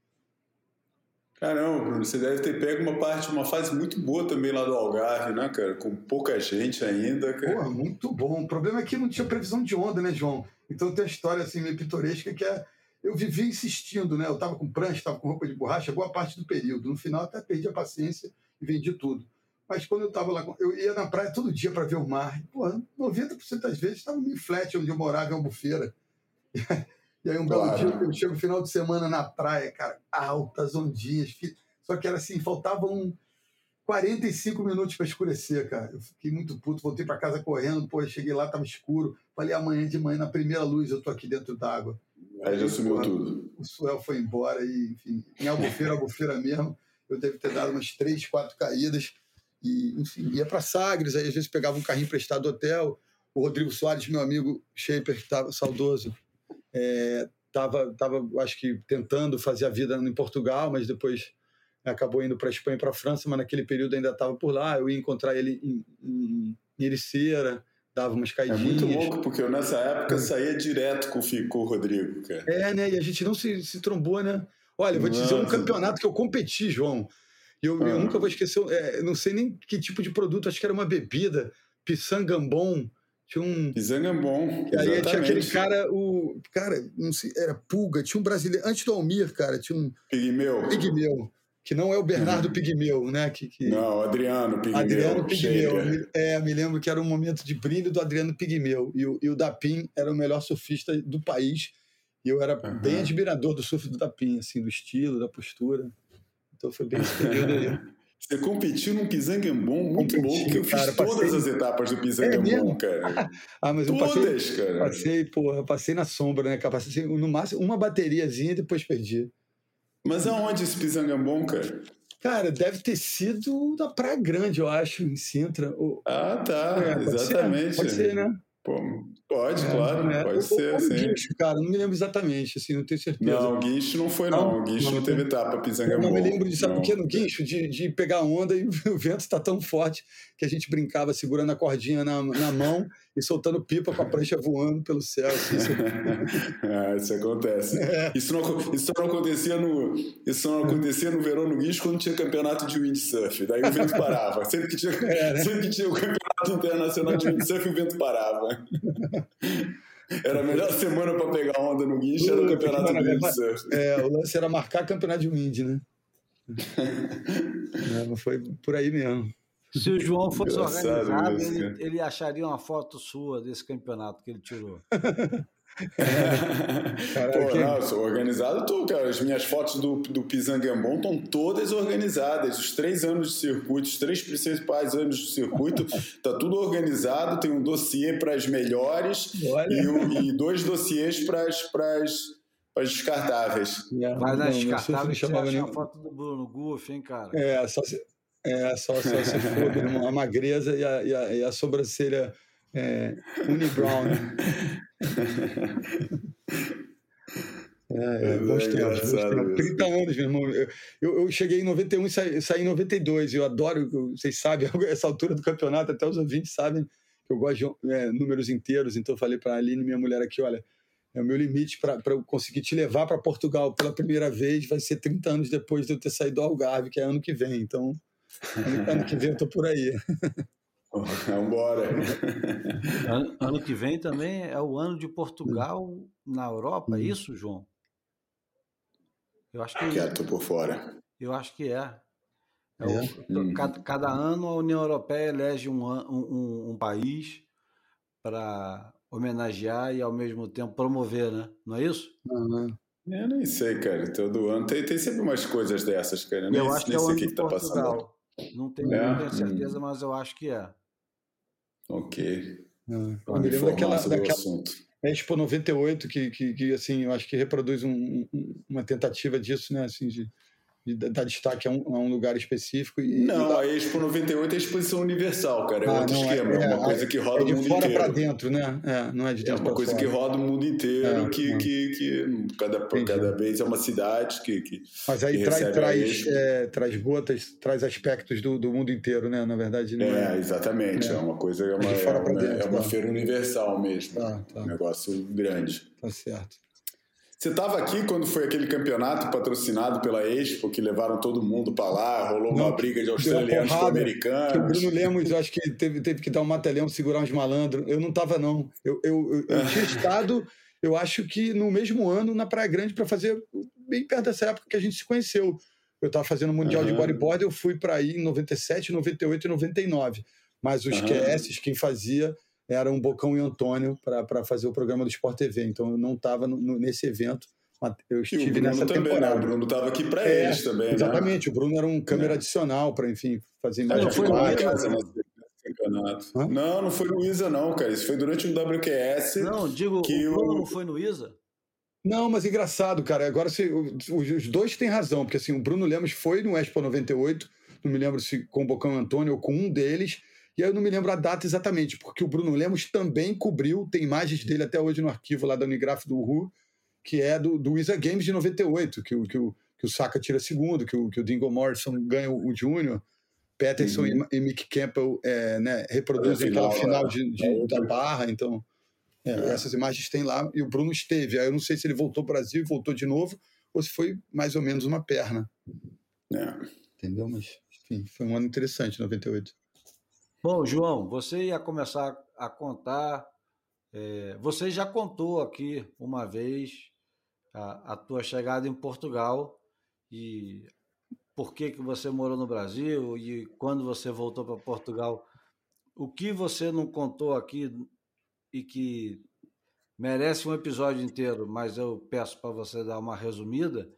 Caramba, Bruno, você deve ter pego uma parte, uma fase muito boa também lá do Algarve, né, cara? Com pouca gente ainda, cara. Porra, muito bom. O problema é que não tinha previsão de onda, né, João? Então tem uma história assim meio pitoresca que é... Eu vivia insistindo, né? Eu estava com prancha, estava com roupa de borracha, boa parte do período. No final, até perdi a paciência e vendi tudo. Mas quando eu estava lá, eu ia na praia todo dia para ver o mar. E, porra, noventa por cento das vezes estava meio flat onde eu morava, em Albufeira. E aí, um belo Claro. dia, eu chego no final de semana na praia, cara, altas ondinhas. Só que era assim, faltavam quarenta e cinco minutos para escurecer, cara. Eu fiquei muito puto, voltei para casa correndo, pô, cheguei lá, estava escuro. Falei, amanhã de manhã, na primeira luz, eu estou aqui dentro d'água. Aí já sumiu tudo. O Suel foi embora e, enfim, em Albufeira, Albufeira mesmo, eu devo ter dado umas três, quatro caídas. E, enfim, ia para Sagres, aí às vezes pegava um carrinho emprestado do hotel. O Rodrigo Soares, meu amigo Shaper, que estava saudoso, estava, é, tava, tava, acho que, tentando fazer a vida em Portugal, mas depois acabou indo para a Espanha e para a França, mas naquele período ainda estava por lá. Eu ia encontrar ele em, em, em Ericeira, dava umas caidinhas. É muito louco, porque eu nessa época saía direto com o, com o Rodrigo, cara. É, né? E a gente não se, se trombou, né? Olha, eu vou te dizer um campeonato que eu competi, João. E eu, ah. eu nunca vou esquecer, é, não sei nem que tipo de produto, acho que era uma bebida, Pisangambon. Tinha um. Pisangambon. E aí tinha aquele cara, o. Cara, não sei, era Pulga, tinha um brasileiro. Antes do Almir, cara, tinha um. Pigmeu. Pigmeu. Que não é o Bernardo uhum. Pigmeu, né? Que, que... Não, Adriano Pigmeu. Adriano Pigmeu. É, me lembro que era um momento de brilho do Adriano Pigmeu. E o, e o Dapim era o melhor surfista do país. E eu era uhum. bem admirador do surf do Dapim, assim, do estilo, da postura. Então foi bem esse período aí. Você competiu num Pisangambon muito Competi, louco, que eu cara, fiz todas passei... as etapas do Pisangambon, é cara. ah, mas todas, eu passei, cara. Passei, porra, passei na sombra, né? Passei no máximo uma bateriazinha e depois perdi. Mas aonde esse Pisangambon, cara? Cara, deve ter sido da Praia Grande, eu acho, em Sintra. Ah, tá, é, exatamente. Pode ser, pode ser, né? Pô, pode, é, claro, é. pode ou, ser, ou sim. Guincho, cara, não me lembro exatamente, assim, não tenho certeza. Não, o Guincho não foi, não. não. O Guincho não, não teve etapa Pisangambon. Eu não me lembro de, sabe o que? No Guincho, de, de pegar onda e o vento está tão forte que a gente brincava segurando a cordinha na, na mão e soltando pipa com a prancha voando pelo céu. Assim, isso... ah, isso acontece. É. Isso, não, isso, não acontecia no, isso não acontecia no verão no Guincho quando tinha campeonato de windsurf. Daí o vento parava. Sempre que tinha, é, né? sempre que tinha o campeonato internacional de windsurf, o vento parava. Era a melhor semana para pegar onda no Guincho, uh, era o campeonato de windsurf. É, o lance era marcar campeonato de wind, né? Não, foi por aí mesmo. Se o João fosse Engraçado organizado, isso, ele, ele acharia uma foto sua desse campeonato que ele tirou. Caraca, Pô, não, eu sou organizado, tô, cara. As minhas fotos do, do Pisangambon estão todas organizadas. Os três anos de circuito, os três principais anos de circuito, tá tudo organizado. Tem um dossiê para as melhores e, o, e dois dossiês para as descartáveis. Vai nas descartáveis que você acha a foto do Bruno Guff, hein, cara? É, só se, é, só, só se for a magreza e a, e a, e a sobrancelha é, unibrown, né? É, é, bons tempos, bons tempos. trinta anos, meu irmão. Eu, eu, eu cheguei em noventa e um e saí, saí em noventa e dois. Eu adoro, vocês sabem, essa altura do campeonato, até os ouvintes sabem que eu gosto de é, números inteiros. Então eu falei para a Aline, minha mulher aqui, olha, é o meu limite para eu conseguir te levar para Portugal pela primeira vez vai ser trinta anos depois de eu ter saído do Algarve, que é ano que vem. Então, ano, ano que vem eu tô por aí. Vambora. Ano, ano que vem também é o ano de Portugal na Europa, é isso, João? Eu acho que é. Quieto por fora. Eu acho que é. é, é. O, cada, cada ano a União Europeia elege um, um, um país para homenagear e ao mesmo tempo promover, né? Não é isso? Uhum. Eu nem sei, cara. Todo ano tem, tem sempre umas coisas dessas, cara. Eu nem, eu acho nem que é o sei ano o que, de que tá Portugal. passando. Não tenho, é? não tenho certeza, hum. mas eu acho que é. Ok. Uhum. Eu me lembro daquela, daquela Expo noventa e oito, que, que, que assim, eu acho que reproduz um, um, uma tentativa disso, né? Assim, de, de dar destaque a um, a um lugar específico. E, não, e lá... a Expo noventa e oito é a exposição universal, cara. É ah, outro não, esquema. É, é uma coisa que roda é de o mundo fora inteiro. para dentro, né? É, não é de dentro É uma coisa fora. que roda o mundo inteiro, é, que, que, que cada, cada vez é uma cidade que, que Mas aí que traz, traz, é, traz gotas, traz aspectos do, do mundo inteiro, né? Na verdade, não é. É, exatamente. É, é uma coisa, é uma, de fora é uma, dentro, é uma tá. feira universal mesmo. Tá, tá. Um negócio grande. Tá certo. Você estava aqui quando foi aquele campeonato patrocinado pela Expo, que levaram todo mundo para lá, rolou não, uma briga de australianos com americanos. O Bruno Lemos, eu acho que teve, teve que dar um mata-leão, segurar uns malandros. Eu não estava, não. Eu, eu, eu, eu tinha estado, eu acho que no mesmo ano, na Praia Grande, para fazer bem perto dessa época que a gente se conheceu. Eu estava fazendo o Mundial uhum. de Bodyboard, eu fui para aí em noventa e sete, noventa e oito e noventa e nove. Mas os uhum. Q S, quem fazia, era um Bocão e Antônio para fazer o programa do Sport T V. Então eu não estava nesse evento. Eu estive e o Bruno nessa também, temporada. Né? O Bruno estava aqui para é, eles também, exatamente, né? O Bruno era um câmera é. adicional para, enfim, fazer imagem. Não, foi no ISA, campeonato. Hã? Não, não foi no ISA, não, cara. Isso foi durante o W Q S. Não, digo, que o Bruno o... não foi no ISA? Não, mas engraçado, cara. Agora se, os dois têm razão, porque assim, o Bruno Lemos foi no Expo noventa e oito, não me lembro se com o Bocão Antônio ou com um deles, e aí eu não me lembro a data exatamente, porque o Bruno Lemos também cobriu, tem imagens dele até hoje no arquivo lá da Unigraf do U R U, que é do, do ISA Games de noventa e oito, que o, que o, que o Saka tira segundo, que o, que o Dingo Morrison ganha o, o Júnior, Peterson uhum. e, e Mick Campbell é, né, reproduzem final, aquela final é. de, de, é. da Barra, então é, é. essas imagens tem lá, e o Bruno esteve. Aí eu não sei se ele voltou para o Brasil e voltou de novo, ou se foi mais ou menos uma perna. É. Entendeu? Mas, enfim, foi um ano interessante, noventa e oito. Bom, João, você ia começar a contar, é, você já contou aqui uma vez a, a tua chegada em Portugal e por que, que você morou no Brasil e quando você voltou para Portugal. O que você não contou aqui e que merece um episódio inteiro, mas eu peço para você dar uma resumida,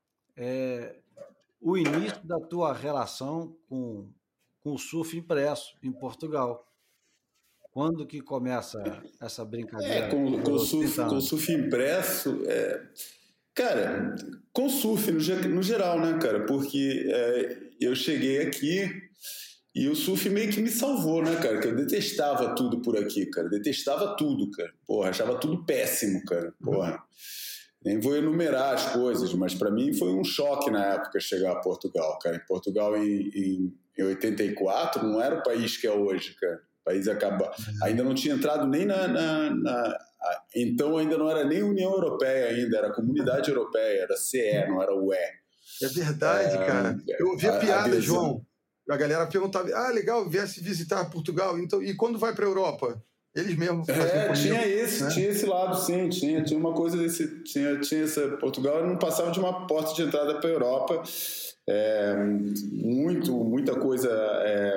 é o início da tua relação com, com o surf impresso em Portugal. Quando que começa essa brincadeira? É, com, com, surf, com surf impresso, é... cara, com surf no, no geral, né, cara? Porque é, eu cheguei aqui e o surf meio que me salvou, né, cara? Que eu detestava tudo por aqui, cara. Detestava tudo, cara. Porra, achava tudo péssimo, cara. Porra. Nem vou enumerar as coisas, mas para mim foi um choque na época chegar a Portugal, cara. Em Portugal, em, em, em oitenta e quatro, não era o país que é hoje, cara. O país acaba... ainda não tinha entrado nem na, na, na... Então ainda não era nem União Europeia ainda, era Comunidade Europeia, era C E, não era U E. É verdade, é, cara. Eu ouvi a, a piada, a João. A galera perguntava, ah, legal, viesse visitar Portugal, então, e quando vai para a Europa? Eles mesmos É, tinha esse, né? tinha esse lado, sim, tinha, tinha uma coisa desse, tinha, tinha essa, Portugal não passava de uma porta de entrada para a Europa, é, muito, muita coisa, é,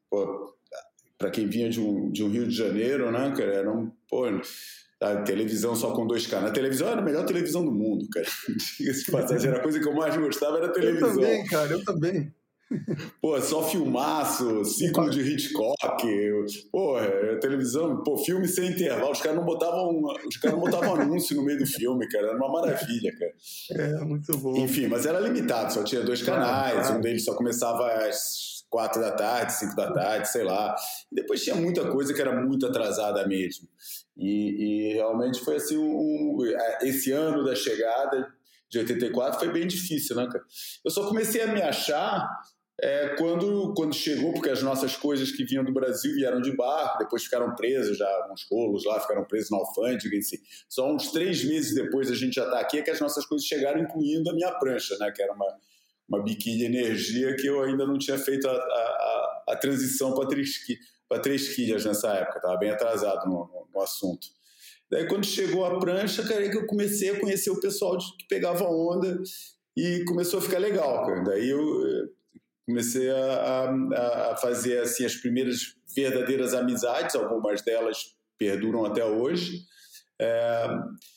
para quem vinha de um, de um Rio de Janeiro, né, cara, era um, pô, a televisão só com dois canais, a televisão era a melhor televisão do mundo, cara, esse passagem era a coisa que eu mais gostava, era a televisão. Eu também, cara, eu também. Pô, só filmaço, ciclo de Hitchcock, porra, televisão, pô, filme sem intervalo, os caras não botavam, os caras não botavam anúncio no meio do filme, cara, era uma maravilha, cara. É, muito bom. Enfim, mas era limitado, só tinha dois canais, um deles só começava às quatro da tarde, cinco da tarde, sei lá, e depois tinha muita coisa que era muito atrasada mesmo, e, e realmente foi assim, um, esse ano da chegada de oitenta e quatro foi bem difícil, né, cara? Eu só comecei a me achar É, quando, quando chegou, porque as nossas coisas que vinham do Brasil vieram de barco, depois ficaram presos, já uns rolos lá, ficaram presos na alfândega, assim. Só uns três meses depois a gente já está aqui, é que as nossas coisas chegaram, incluindo a minha prancha, né, que era uma, uma biquíni energia que eu ainda não tinha feito a, a, a, a transição para três quilhas nessa época, estava bem atrasado no, no, no assunto. Daí quando chegou a prancha, cara, é que eu comecei a conhecer o pessoal de, que pegava onda e começou a ficar legal, cara. Daí eu... comecei a, a, a fazer assim, as primeiras verdadeiras amizades, algumas delas perduram até hoje. É,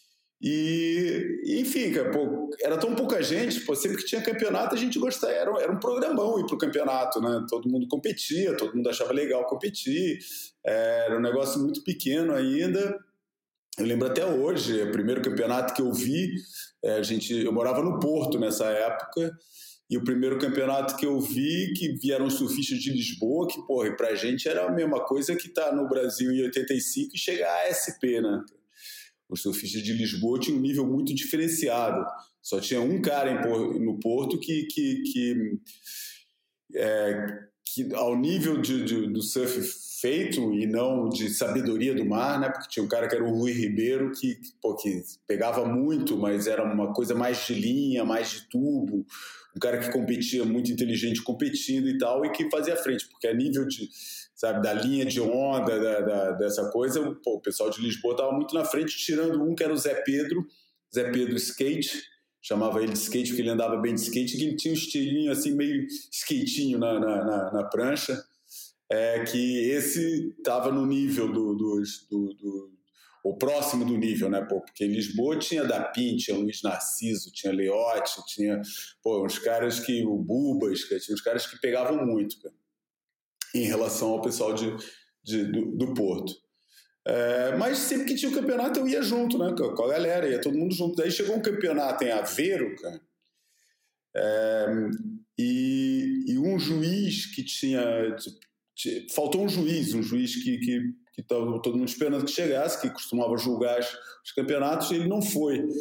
e, enfim, cara, pô, era tão pouca gente, pô, sempre que tinha campeonato a gente gostava, era, era um programão ir para o campeonato, né? Todo mundo competia, todo mundo achava legal competir, é, era um negócio muito pequeno ainda. Eu lembro até hoje, o primeiro campeonato que eu vi, é, a gente, eu morava no Porto nessa época. E o primeiro campeonato que eu vi, que vieram os surfistas de Lisboa, que, porra, pra gente era a mesma coisa que tá no Brasil em oitenta e cinco e chega a A S P, né? Os surfistas de Lisboa tinham um nível muito diferenciado. Só tinha um cara em, no Porto que, que, que, é, que ao nível de, de, do surf feito e não de sabedoria do mar, né? Porque tinha um cara que era o Rui Ribeiro, que, pô, que pegava muito, mas era uma coisa mais de linha, mais de tubo, um cara que competia, muito inteligente competindo e tal, e que fazia frente, porque a nível de, sabe, da linha de onda, da, da, dessa coisa, pô, o pessoal de Lisboa estava muito na frente, tirando um que era o Zé Pedro, Zé Pedro Skate, chamava ele de skate porque ele andava bem de skate, que ele tinha um estilinho assim, meio skatinho na, na, na, na prancha, é, que esse estava no nível do, do, do, do o próximo do nível, né, pô, porque Lisboa tinha Dapin, tinha Luiz Narciso, tinha Leotti, tinha, pô, uns caras que, o Bubas, cara, tinha uns caras que pegavam muito, cara, em relação ao pessoal de, de, do, do Porto. É, mas sempre que tinha o campeonato eu ia junto, né, com a galera, ia todo mundo junto. Daí chegou um campeonato em Aveiro, cara, é, e, e um juiz que tinha... Faltou um juiz, um juiz que... que que estava todo mundo esperando que chegasse, que costumava julgar os campeonatos, e ele não foi.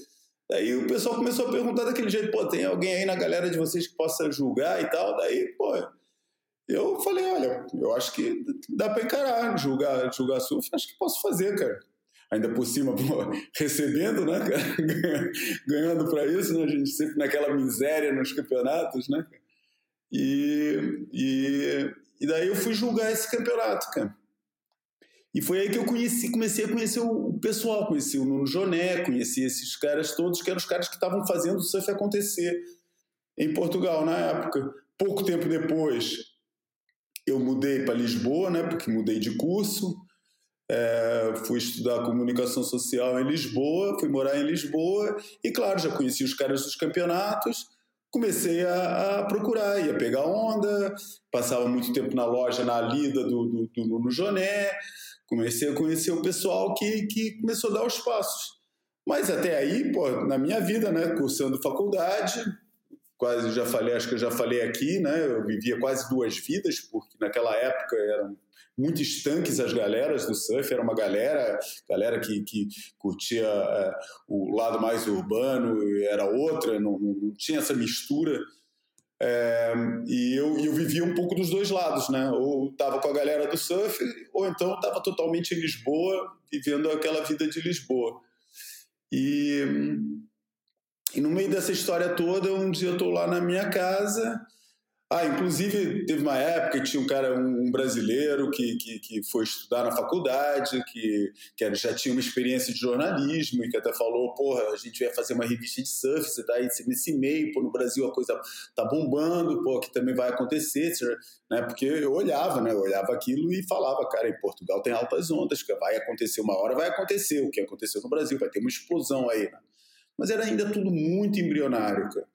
Daí o pessoal começou a perguntar daquele jeito, pô, tem alguém aí na galera de vocês que possa julgar e tal? Daí, pô, eu falei, olha, eu acho que dá para encarar, julgar, julgar surf, acho que posso fazer, cara. Ainda por cima, pô, recebendo, né, cara? Ganhando para isso, né? A gente sempre naquela miséria nos campeonatos, né? E, e, e daí eu fui julgar esse campeonato, cara. E foi aí que eu conheci, comecei a conhecer o pessoal, conheci o Nuno Joné, conheci esses caras todos, que eram os caras que estavam fazendo o surf acontecer em Portugal na época. Pouco tempo depois, eu mudei para Lisboa, né, porque mudei de curso, é, fui estudar comunicação social em Lisboa, fui morar em Lisboa, e claro, já conheci os caras dos campeonatos, comecei a, a procurar, ia pegar onda, passava muito tempo na loja, na lida do, do, do Nuno Joné, comecei a conhecer o pessoal que, que começou a dar os passos. Mas até aí, pô, na minha vida, né, cursando faculdade, quase já falei, acho que eu já falei aqui, né, eu vivia quase duas vidas, porque naquela época eram muito estanques as galeras do surf, era uma galera, galera que, que curtia é, o lado mais urbano, era outra, não, não tinha essa mistura. É, e eu, eu vivia um pouco dos dois lados, né? Ou estava com a galera do surf, ou então estava totalmente em Lisboa, vivendo aquela vida de Lisboa. E, e no meio dessa história toda, um dia eu estou lá na minha casa. Ah, inclusive teve uma época que tinha um cara, um brasileiro que, que, que foi estudar na faculdade, que, que já tinha uma experiência de jornalismo e que até falou, porra, a gente vai fazer uma revista de surf, você tá aí nesse meio, pô, no Brasil a coisa tá bombando, pô, que também vai acontecer, né? Porque eu olhava, né? Eu olhava aquilo e falava, cara, em Portugal tem altas ondas, que vai acontecer uma hora, vai acontecer o que aconteceu no Brasil, vai ter uma explosão aí, né? Mas era ainda tudo muito embrionário, cara.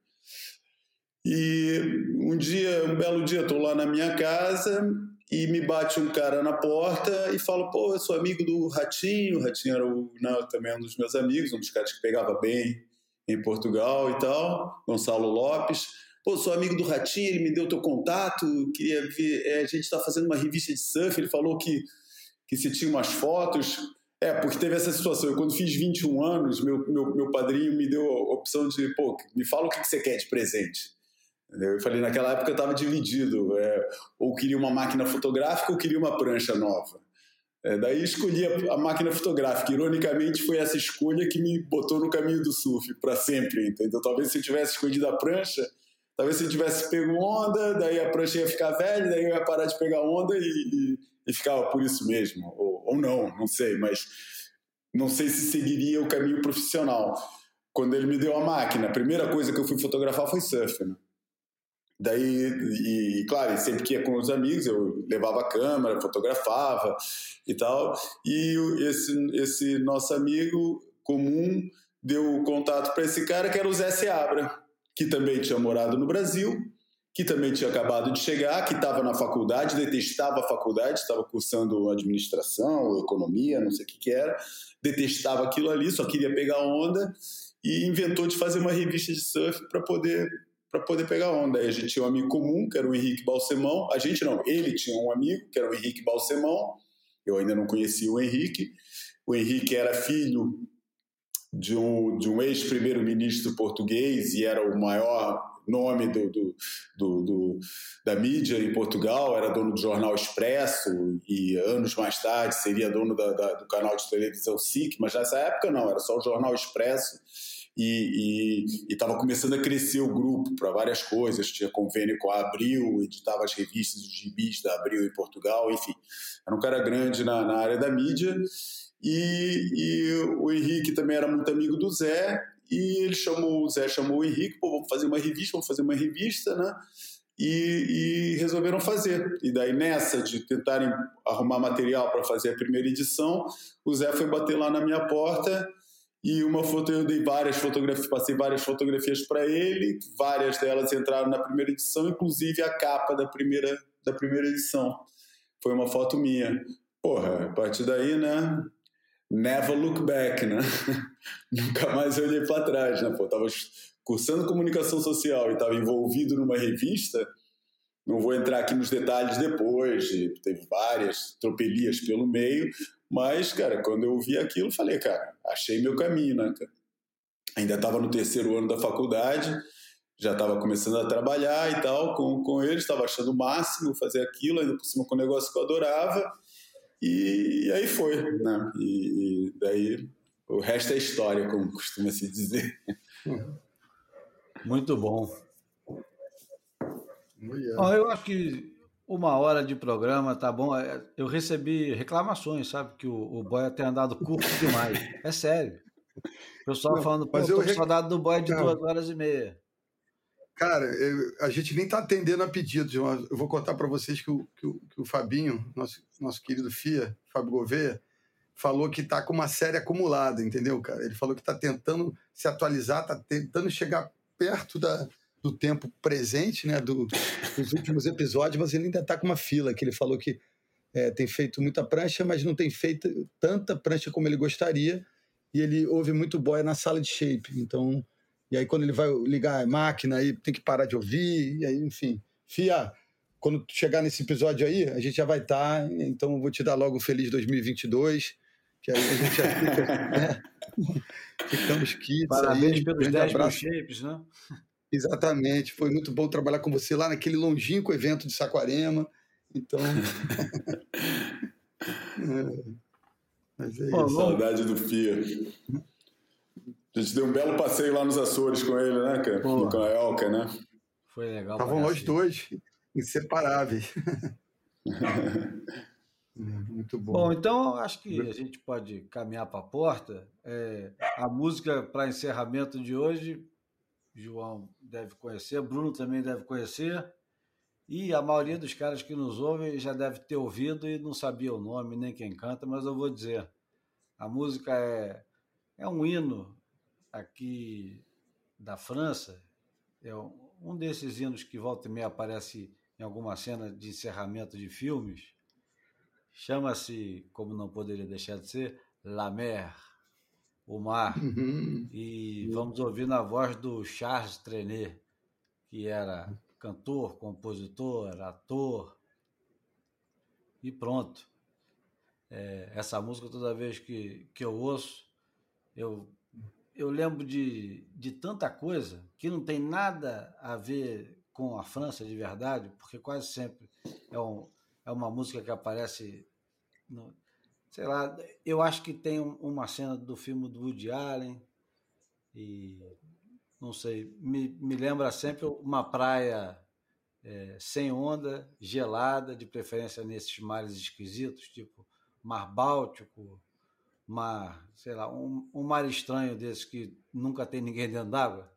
E um dia, um belo dia, estou lá na minha casa e me bate um cara na porta e fala, pô, eu sou amigo do Ratinho. O Ratinho era o, não, também um dos meus amigos, um dos caras que pegava bem em Portugal e tal, Gonçalo Lopes. Pô, sou amigo do Ratinho, ele me deu teu contato, queria ver, é, a gente está fazendo uma revista de surf, ele falou que, que se tinha umas fotos. É, porque teve essa situação, eu quando fiz vinte e um anos, meu, meu, meu padrinho me deu a opção de, pô, me fala o que você quer de presente. Eu falei, naquela época eu estava dividido, é, ou queria uma máquina fotográfica ou queria uma prancha nova. É, daí escolhi a, a máquina fotográfica. Ironicamente, foi essa escolha que me botou no caminho do surf para sempre. Entendeu? Talvez se eu tivesse escolhido a prancha, talvez se eu tivesse pego onda, daí a prancha ia ficar velha, daí eu ia parar de pegar onda e, e, e ficava por isso mesmo. Ou, ou não, não sei, mas não sei se seguiria o caminho profissional. Quando ele me deu a máquina, a primeira coisa que eu fui fotografar foi surf, né? Daí, e claro, sempre que ia com os amigos, eu levava a câmera, fotografava e tal. E esse, esse nosso amigo comum deu o contato para esse cara, que era o Zé Seabra, que também tinha morado no Brasil, que também tinha acabado de chegar, que estava na faculdade, detestava a faculdade, estava cursando administração, economia, não sei o que que era, detestava aquilo ali, só queria pegar onda e inventou de fazer uma revista de surf para poder... para poder pegar onda. Aí a gente tinha um amigo comum, que era o Henrique Balsemão. A gente não, ele tinha um amigo, que era o Henrique Balsemão. Eu ainda não conhecia o Henrique. O Henrique era filho de um, de um ex-primeiro-ministro português e era o maior nome do, do, do, do, da mídia em Portugal, era dono do jornal Expresso e anos mais tarde seria dono da, da, do canal de televisão S I C, mas nessa época não, era só o jornal Expresso. E estava começando a crescer o grupo para várias coisas, tinha convênio com a Abril, editava as revistas, os gibis da Abril em Portugal, enfim, era um cara grande na, na área da mídia. E, e o Henrique também era muito amigo do Zé, e ele chamou, o Zé chamou o Henrique, pô, vamos fazer uma revista, vamos fazer uma revista, né? E, e resolveram fazer. E daí nessa de tentarem arrumar material para fazer a primeira edição, o Zé foi bater lá na minha porta. E uma foto, eu dei várias fotografias, passei várias fotografias para ele, várias delas entraram na primeira edição, inclusive a capa da primeira, da primeira edição. Foi uma foto minha. Porra, a partir daí, né? Never look back, né? Nunca mais olhei para trás, né? Pô, tava cursando comunicação social e estava envolvido numa revista. Não vou entrar aqui nos detalhes depois, teve várias tropelias pelo meio. Mas, cara, quando eu vi aquilo, falei, cara, achei meu caminho, né, cara? ainda estava no terceiro ano da faculdade, já estava começando a trabalhar e tal com, com eles, estava achando o máximo fazer aquilo, ainda por cima com um negócio que eu adorava, e, e aí foi, né? E, e daí o resto é história, como costuma se dizer. Muito bom. Bom, eu acho que uma hora de programa tá bom. Eu recebi reclamações, sabe? Que o, o Boia tem andado curto demais. É sério. O pessoal não, falando, pô, eu tô com rec... saudade do Boia de não. duas horas e meia. Cara, eu, a gente nem tá atendendo a pedidos. Eu vou contar para vocês que o, que, o, que o Fabinho, nosso, nosso querido F I A, Fábio Gouveia, falou que tá com uma série acumulada, entendeu, cara? Ele falou que tá tentando se atualizar, tá tentando chegar perto da... do tempo presente, né, do, dos últimos episódios, mas ele ainda está com uma fila, que ele falou que é, tem feito muita prancha, mas não tem feito tanta prancha como ele gostaria, e ele ouve muito Boia na sala de shape, então, e aí quando ele vai ligar a máquina, aí tem que parar de ouvir, e aí, enfim. Fia, quando chegar nesse episódio aí, a gente já vai estar, tá, então eu vou te dar logo um feliz dois mil e vinte e dois, que aí a gente já fica, né? Ficamos kits. Parabéns aí, pelos dez mil shapes, né? Exatamente, foi muito bom trabalhar com você lá naquele longínquo evento de Saquarema. Então. é, mas é Pô, isso. Saudade do F I A. A gente deu um belo passeio lá nos Açores com ele, né, cara? Pô, com a Elka, né? Foi legal. Estavam nós dois, inseparáveis. Muito bom. Bom, então acho que a gente pode caminhar para a porta. É, a música para encerramento de hoje. João deve conhecer, Bruno também deve conhecer, e a maioria dos caras que nos ouvem já deve ter ouvido e não sabia o nome, nem quem canta, mas eu vou dizer, a música é, é um hino aqui da França, é um desses hinos que volta e meia aparece em alguma cena de encerramento de filmes, chama-se, como não poderia deixar de ser, La Mer, o mar, uhum. E vamos ouvir na voz do Charles Trenet, que era cantor, compositor, ator, e pronto. É, essa música, toda vez que, que eu ouço, eu, eu lembro de, de tanta coisa que não tem nada a ver com a França de verdade, porque quase sempre é, um, é uma música que aparece... No, sei lá, eu acho que tem uma cena do filme do Woody Allen e, não sei, me, me lembra sempre uma praia é, sem onda, gelada, de preferência nesses mares esquisitos, tipo Mar Báltico, mar, sei lá, um, um mar estranho desse que nunca tem ninguém dentro d'água.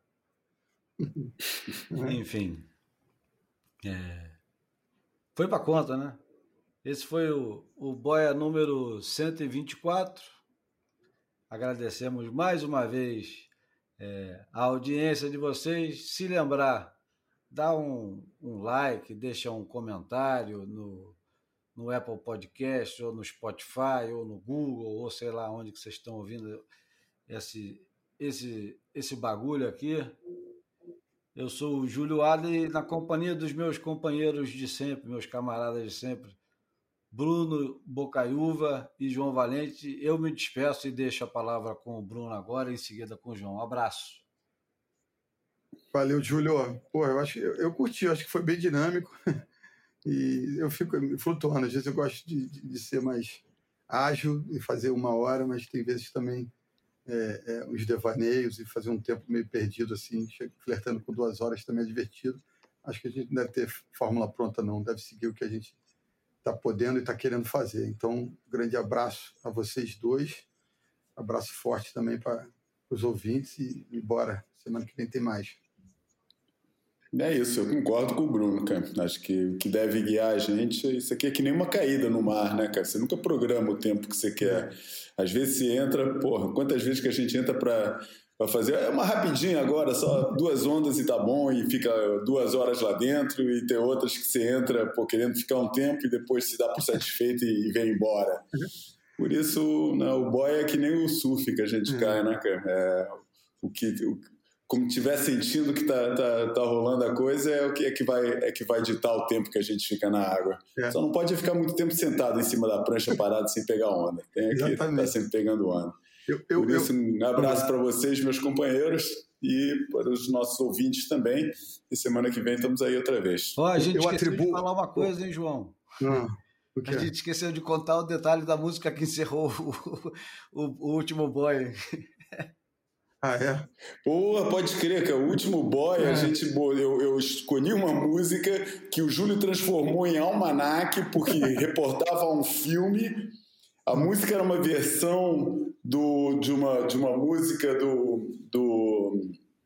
Enfim, é, foi para conta, né? Esse foi o, o Boia número cento e vinte e quatro. Agradecemos mais uma vez é, a audiência de vocês. Se lembrar, dá um, um like, deixa um comentário no, no Apple Podcast, ou no Spotify, ou no Google, ou sei lá onde que vocês estão ouvindo esse, esse, esse bagulho aqui. Eu sou o Júlio Adler, na companhia dos meus companheiros de sempre, meus camaradas de sempre, Bruno Bocaiúva e João Valente. Eu me despeço e deixo a palavra com o Bruno agora, em seguida com o João. Um abraço. Valeu, Júlio. Pô, eu, acho, eu, eu curti, eu acho que foi bem dinâmico. E eu fico flutuando. Às vezes eu gosto de, de, de ser mais ágil e fazer uma hora, mas tem vezes também é, é, uns devaneios e fazer um tempo meio perdido, assim, flertando com duas horas também é divertido. Acho que a gente não deve ter fórmula pronta, não. Deve seguir o que a gente está podendo e está querendo fazer. Então, um grande abraço a vocês dois, abraço forte também para os ouvintes e, e bora, semana que vem tem mais. É isso, eu concordo com o Bruno, cara. Acho que o que deve guiar a gente, isso aqui é que nem uma caída no mar, né, cara? Você nunca programa o tempo que você quer. Às vezes você entra, porra, quantas vezes que a gente entra para para fazer, é uma rapidinha agora, só duas ondas e tá bom, e fica duas horas lá dentro, e tem outras que você entra, pô, querendo ficar um tempo e depois se dá por satisfeito e, e vem embora. Por isso, né, o boy é que nem o surf que a gente uhum. cai, né, cara? É, o que, o, como tiver sentindo que tá, tá, tá rolando a coisa, é o que, é, que vai, é que vai ditar o tempo que a gente fica na água. É. Só não pode ficar muito tempo sentado em cima da prancha parado sem pegar onda. Tem que estar sempre pegando onda. Eu, eu, Por isso, eu... um abraço para vocês, meus companheiros, e para os nossos ouvintes também. E semana que vem estamos aí outra vez. Oh, a gente eu esqueceu atribuo... de falar uma coisa, hein, João? Ah, a gente esqueceu de contar o detalhe da música que encerrou o, o, o último boy. Ah, é? Pô, pode crer que é o último boy, é. a gente, eu, eu escolhi uma música que o Júlio transformou em almanaque porque reportava um filme. A música era uma versão do, de, uma, de uma música do... do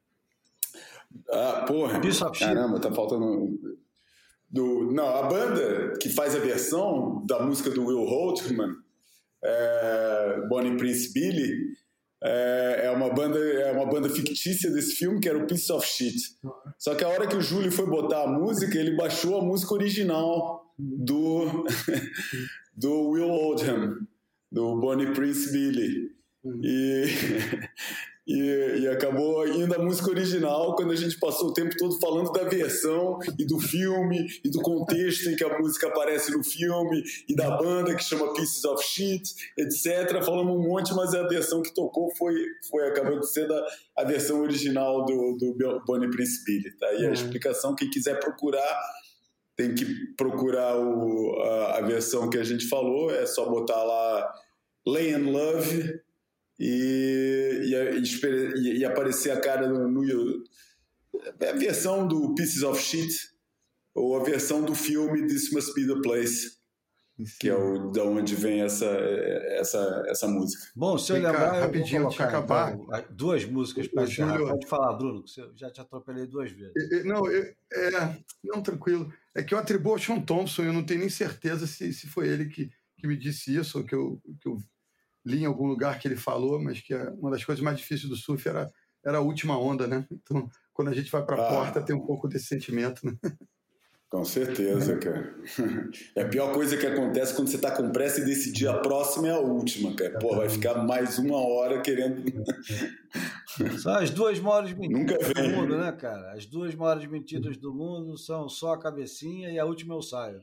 ah, porra, caramba, tá faltando... Do, não, a banda que faz a versão da música do Will Oldham, é, Bonnie Prince Billy, é, é, uma banda, é uma banda fictícia desse filme, que era o Piece of Shit. Só que a hora que o Júlio foi botar a música, ele baixou a música original do, do Will Oldham, do Bonnie Prince Billy. E... E, e acabou indo a música original quando a gente passou o tempo todo falando da versão e do filme e do contexto em que a música aparece no filme e da banda que chama Pieces of Shit, etcétera. Falamos um monte, mas a versão que tocou foi, foi acabou de ser da, a versão original do, do Bonnie Prince Billy. Tá aí a explicação. Quem quiser procurar, tem que procurar o, a, a versão que a gente falou. É só botar lá Lay and Love E, e, e aparecer a cara no, no é a versão do Pieces of Shit ou a versão do filme This Must Be the Place, Sim. que é o, da onde vem essa, essa, essa música. Bom, se eu Vem lembrar, cá, eu rapidinho, vou colocar acabar. Então, duas músicas para encerrar. Júlio... Pode falar, Bruno, que eu já te atropelei duas vezes. É, não, é, é, não, tranquilo. É que eu atribuo ao Sean Thompson, eu não tenho nem certeza se, se foi ele que, que me disse isso, ou que eu, que eu li em algum lugar que ele falou, mas que uma das coisas mais difíceis do surf era, era a última onda, né? Então, quando a gente vai para a ah, porta, tem um pouco desse sentimento, né? Com certeza, cara. É a pior coisa que acontece quando você está com pressa e decidir a próxima é a última, cara. Pô, vai ficar mais uma hora querendo... São as duas maiores mentiras Nunca do mundo, né, cara? As duas maiores mentiras do mundo são só a cabecinha e a última eu saio.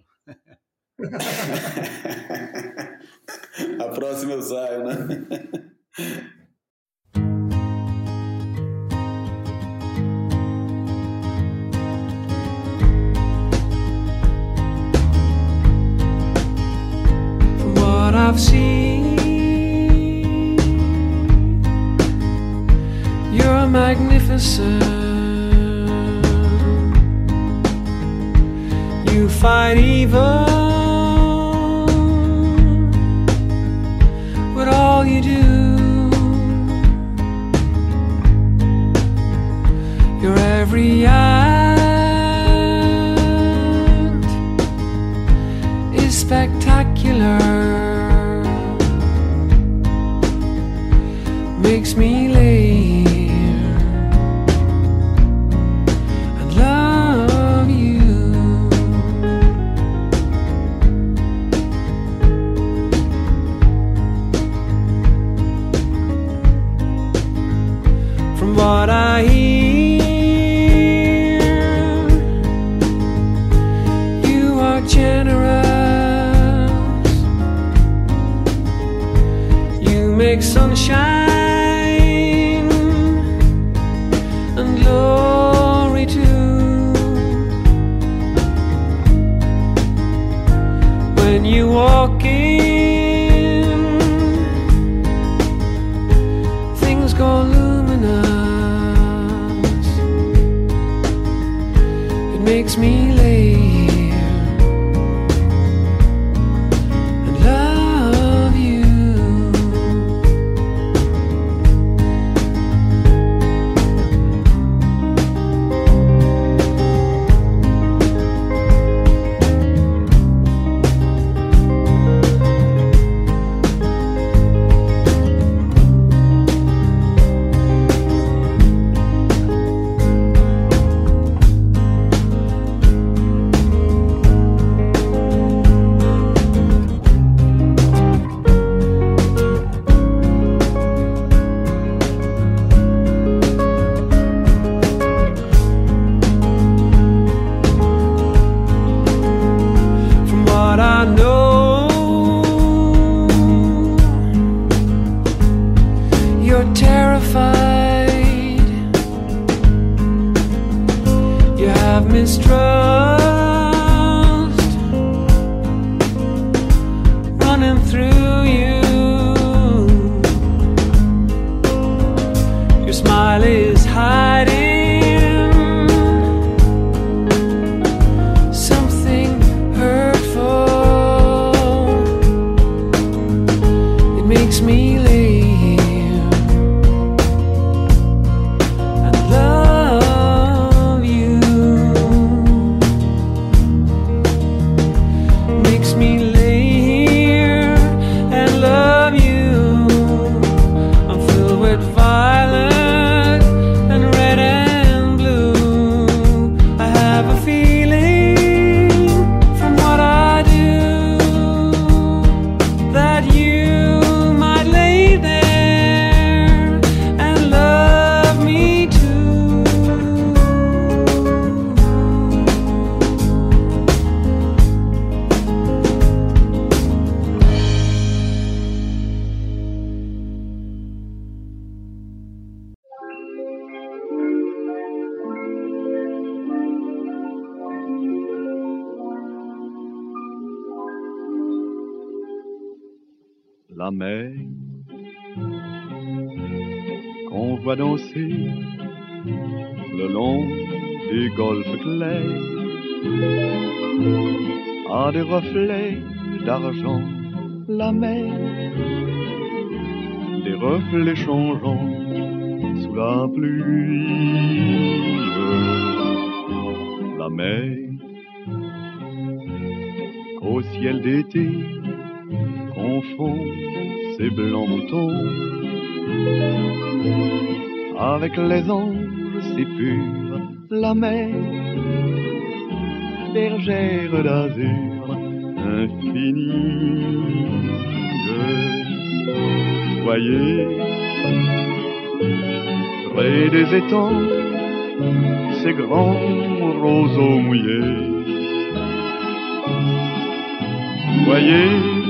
A próxima eu saio, né? From what I've seen, you're magnificent. You fight evil. All you do, your every act is spectacular, makes me lay here and love you. What I hear, you are generous. You make sunshine and glory too. When you walk in, things go luminous. Makes me lay here and love you. la mer qu'on voit danser le long des golfes clairs a des reflets d'argent, la mer, des reflets changeants sous la pluie. La mer au ciel d'été confond ses blancs moutons avec les anges si purs, la mer, bergère d'azur infinie. Voyez, près des étangs, ces grands roseaux mouillés. Voyez,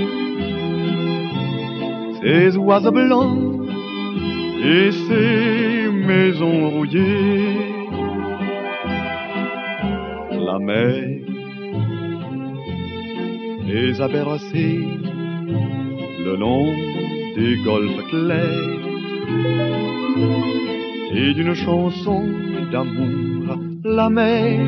ces oiseaux blancs et ces maisons rouillées. La mer les a bercés le long des golfes clairs et d'une chanson d'amour, la mer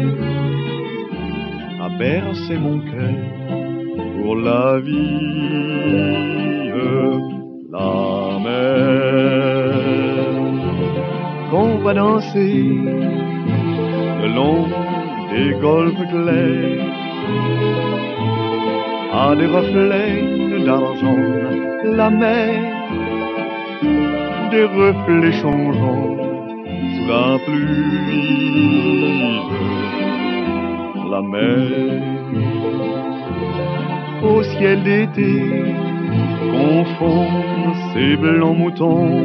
a bercé mon cœur pour la vie. La mer qu'on va danser le long des golfes clairs a des reflets d'argent, la mer, des reflets changeants sous la pluie. La mer au ciel d'été confond ses blancs moutons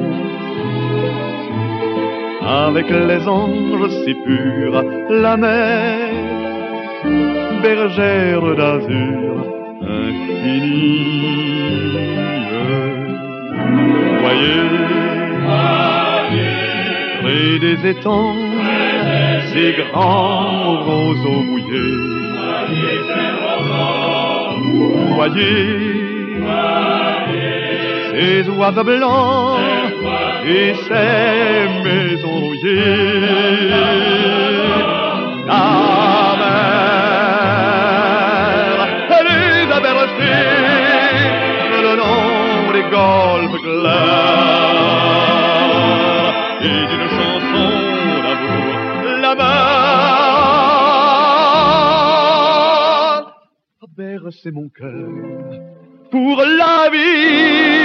avec les anges si purs, la mer, bergère d'azur infinie. Voyez, près des étangs, ces grands roseaux mouillés. Voyez, ces oiseaux blancs et ces maisons rouillées. La mer, elle les a bercés le long des golfes clairs et d'une chanson d'amour, la mer a bercé mon cœur pour la vie.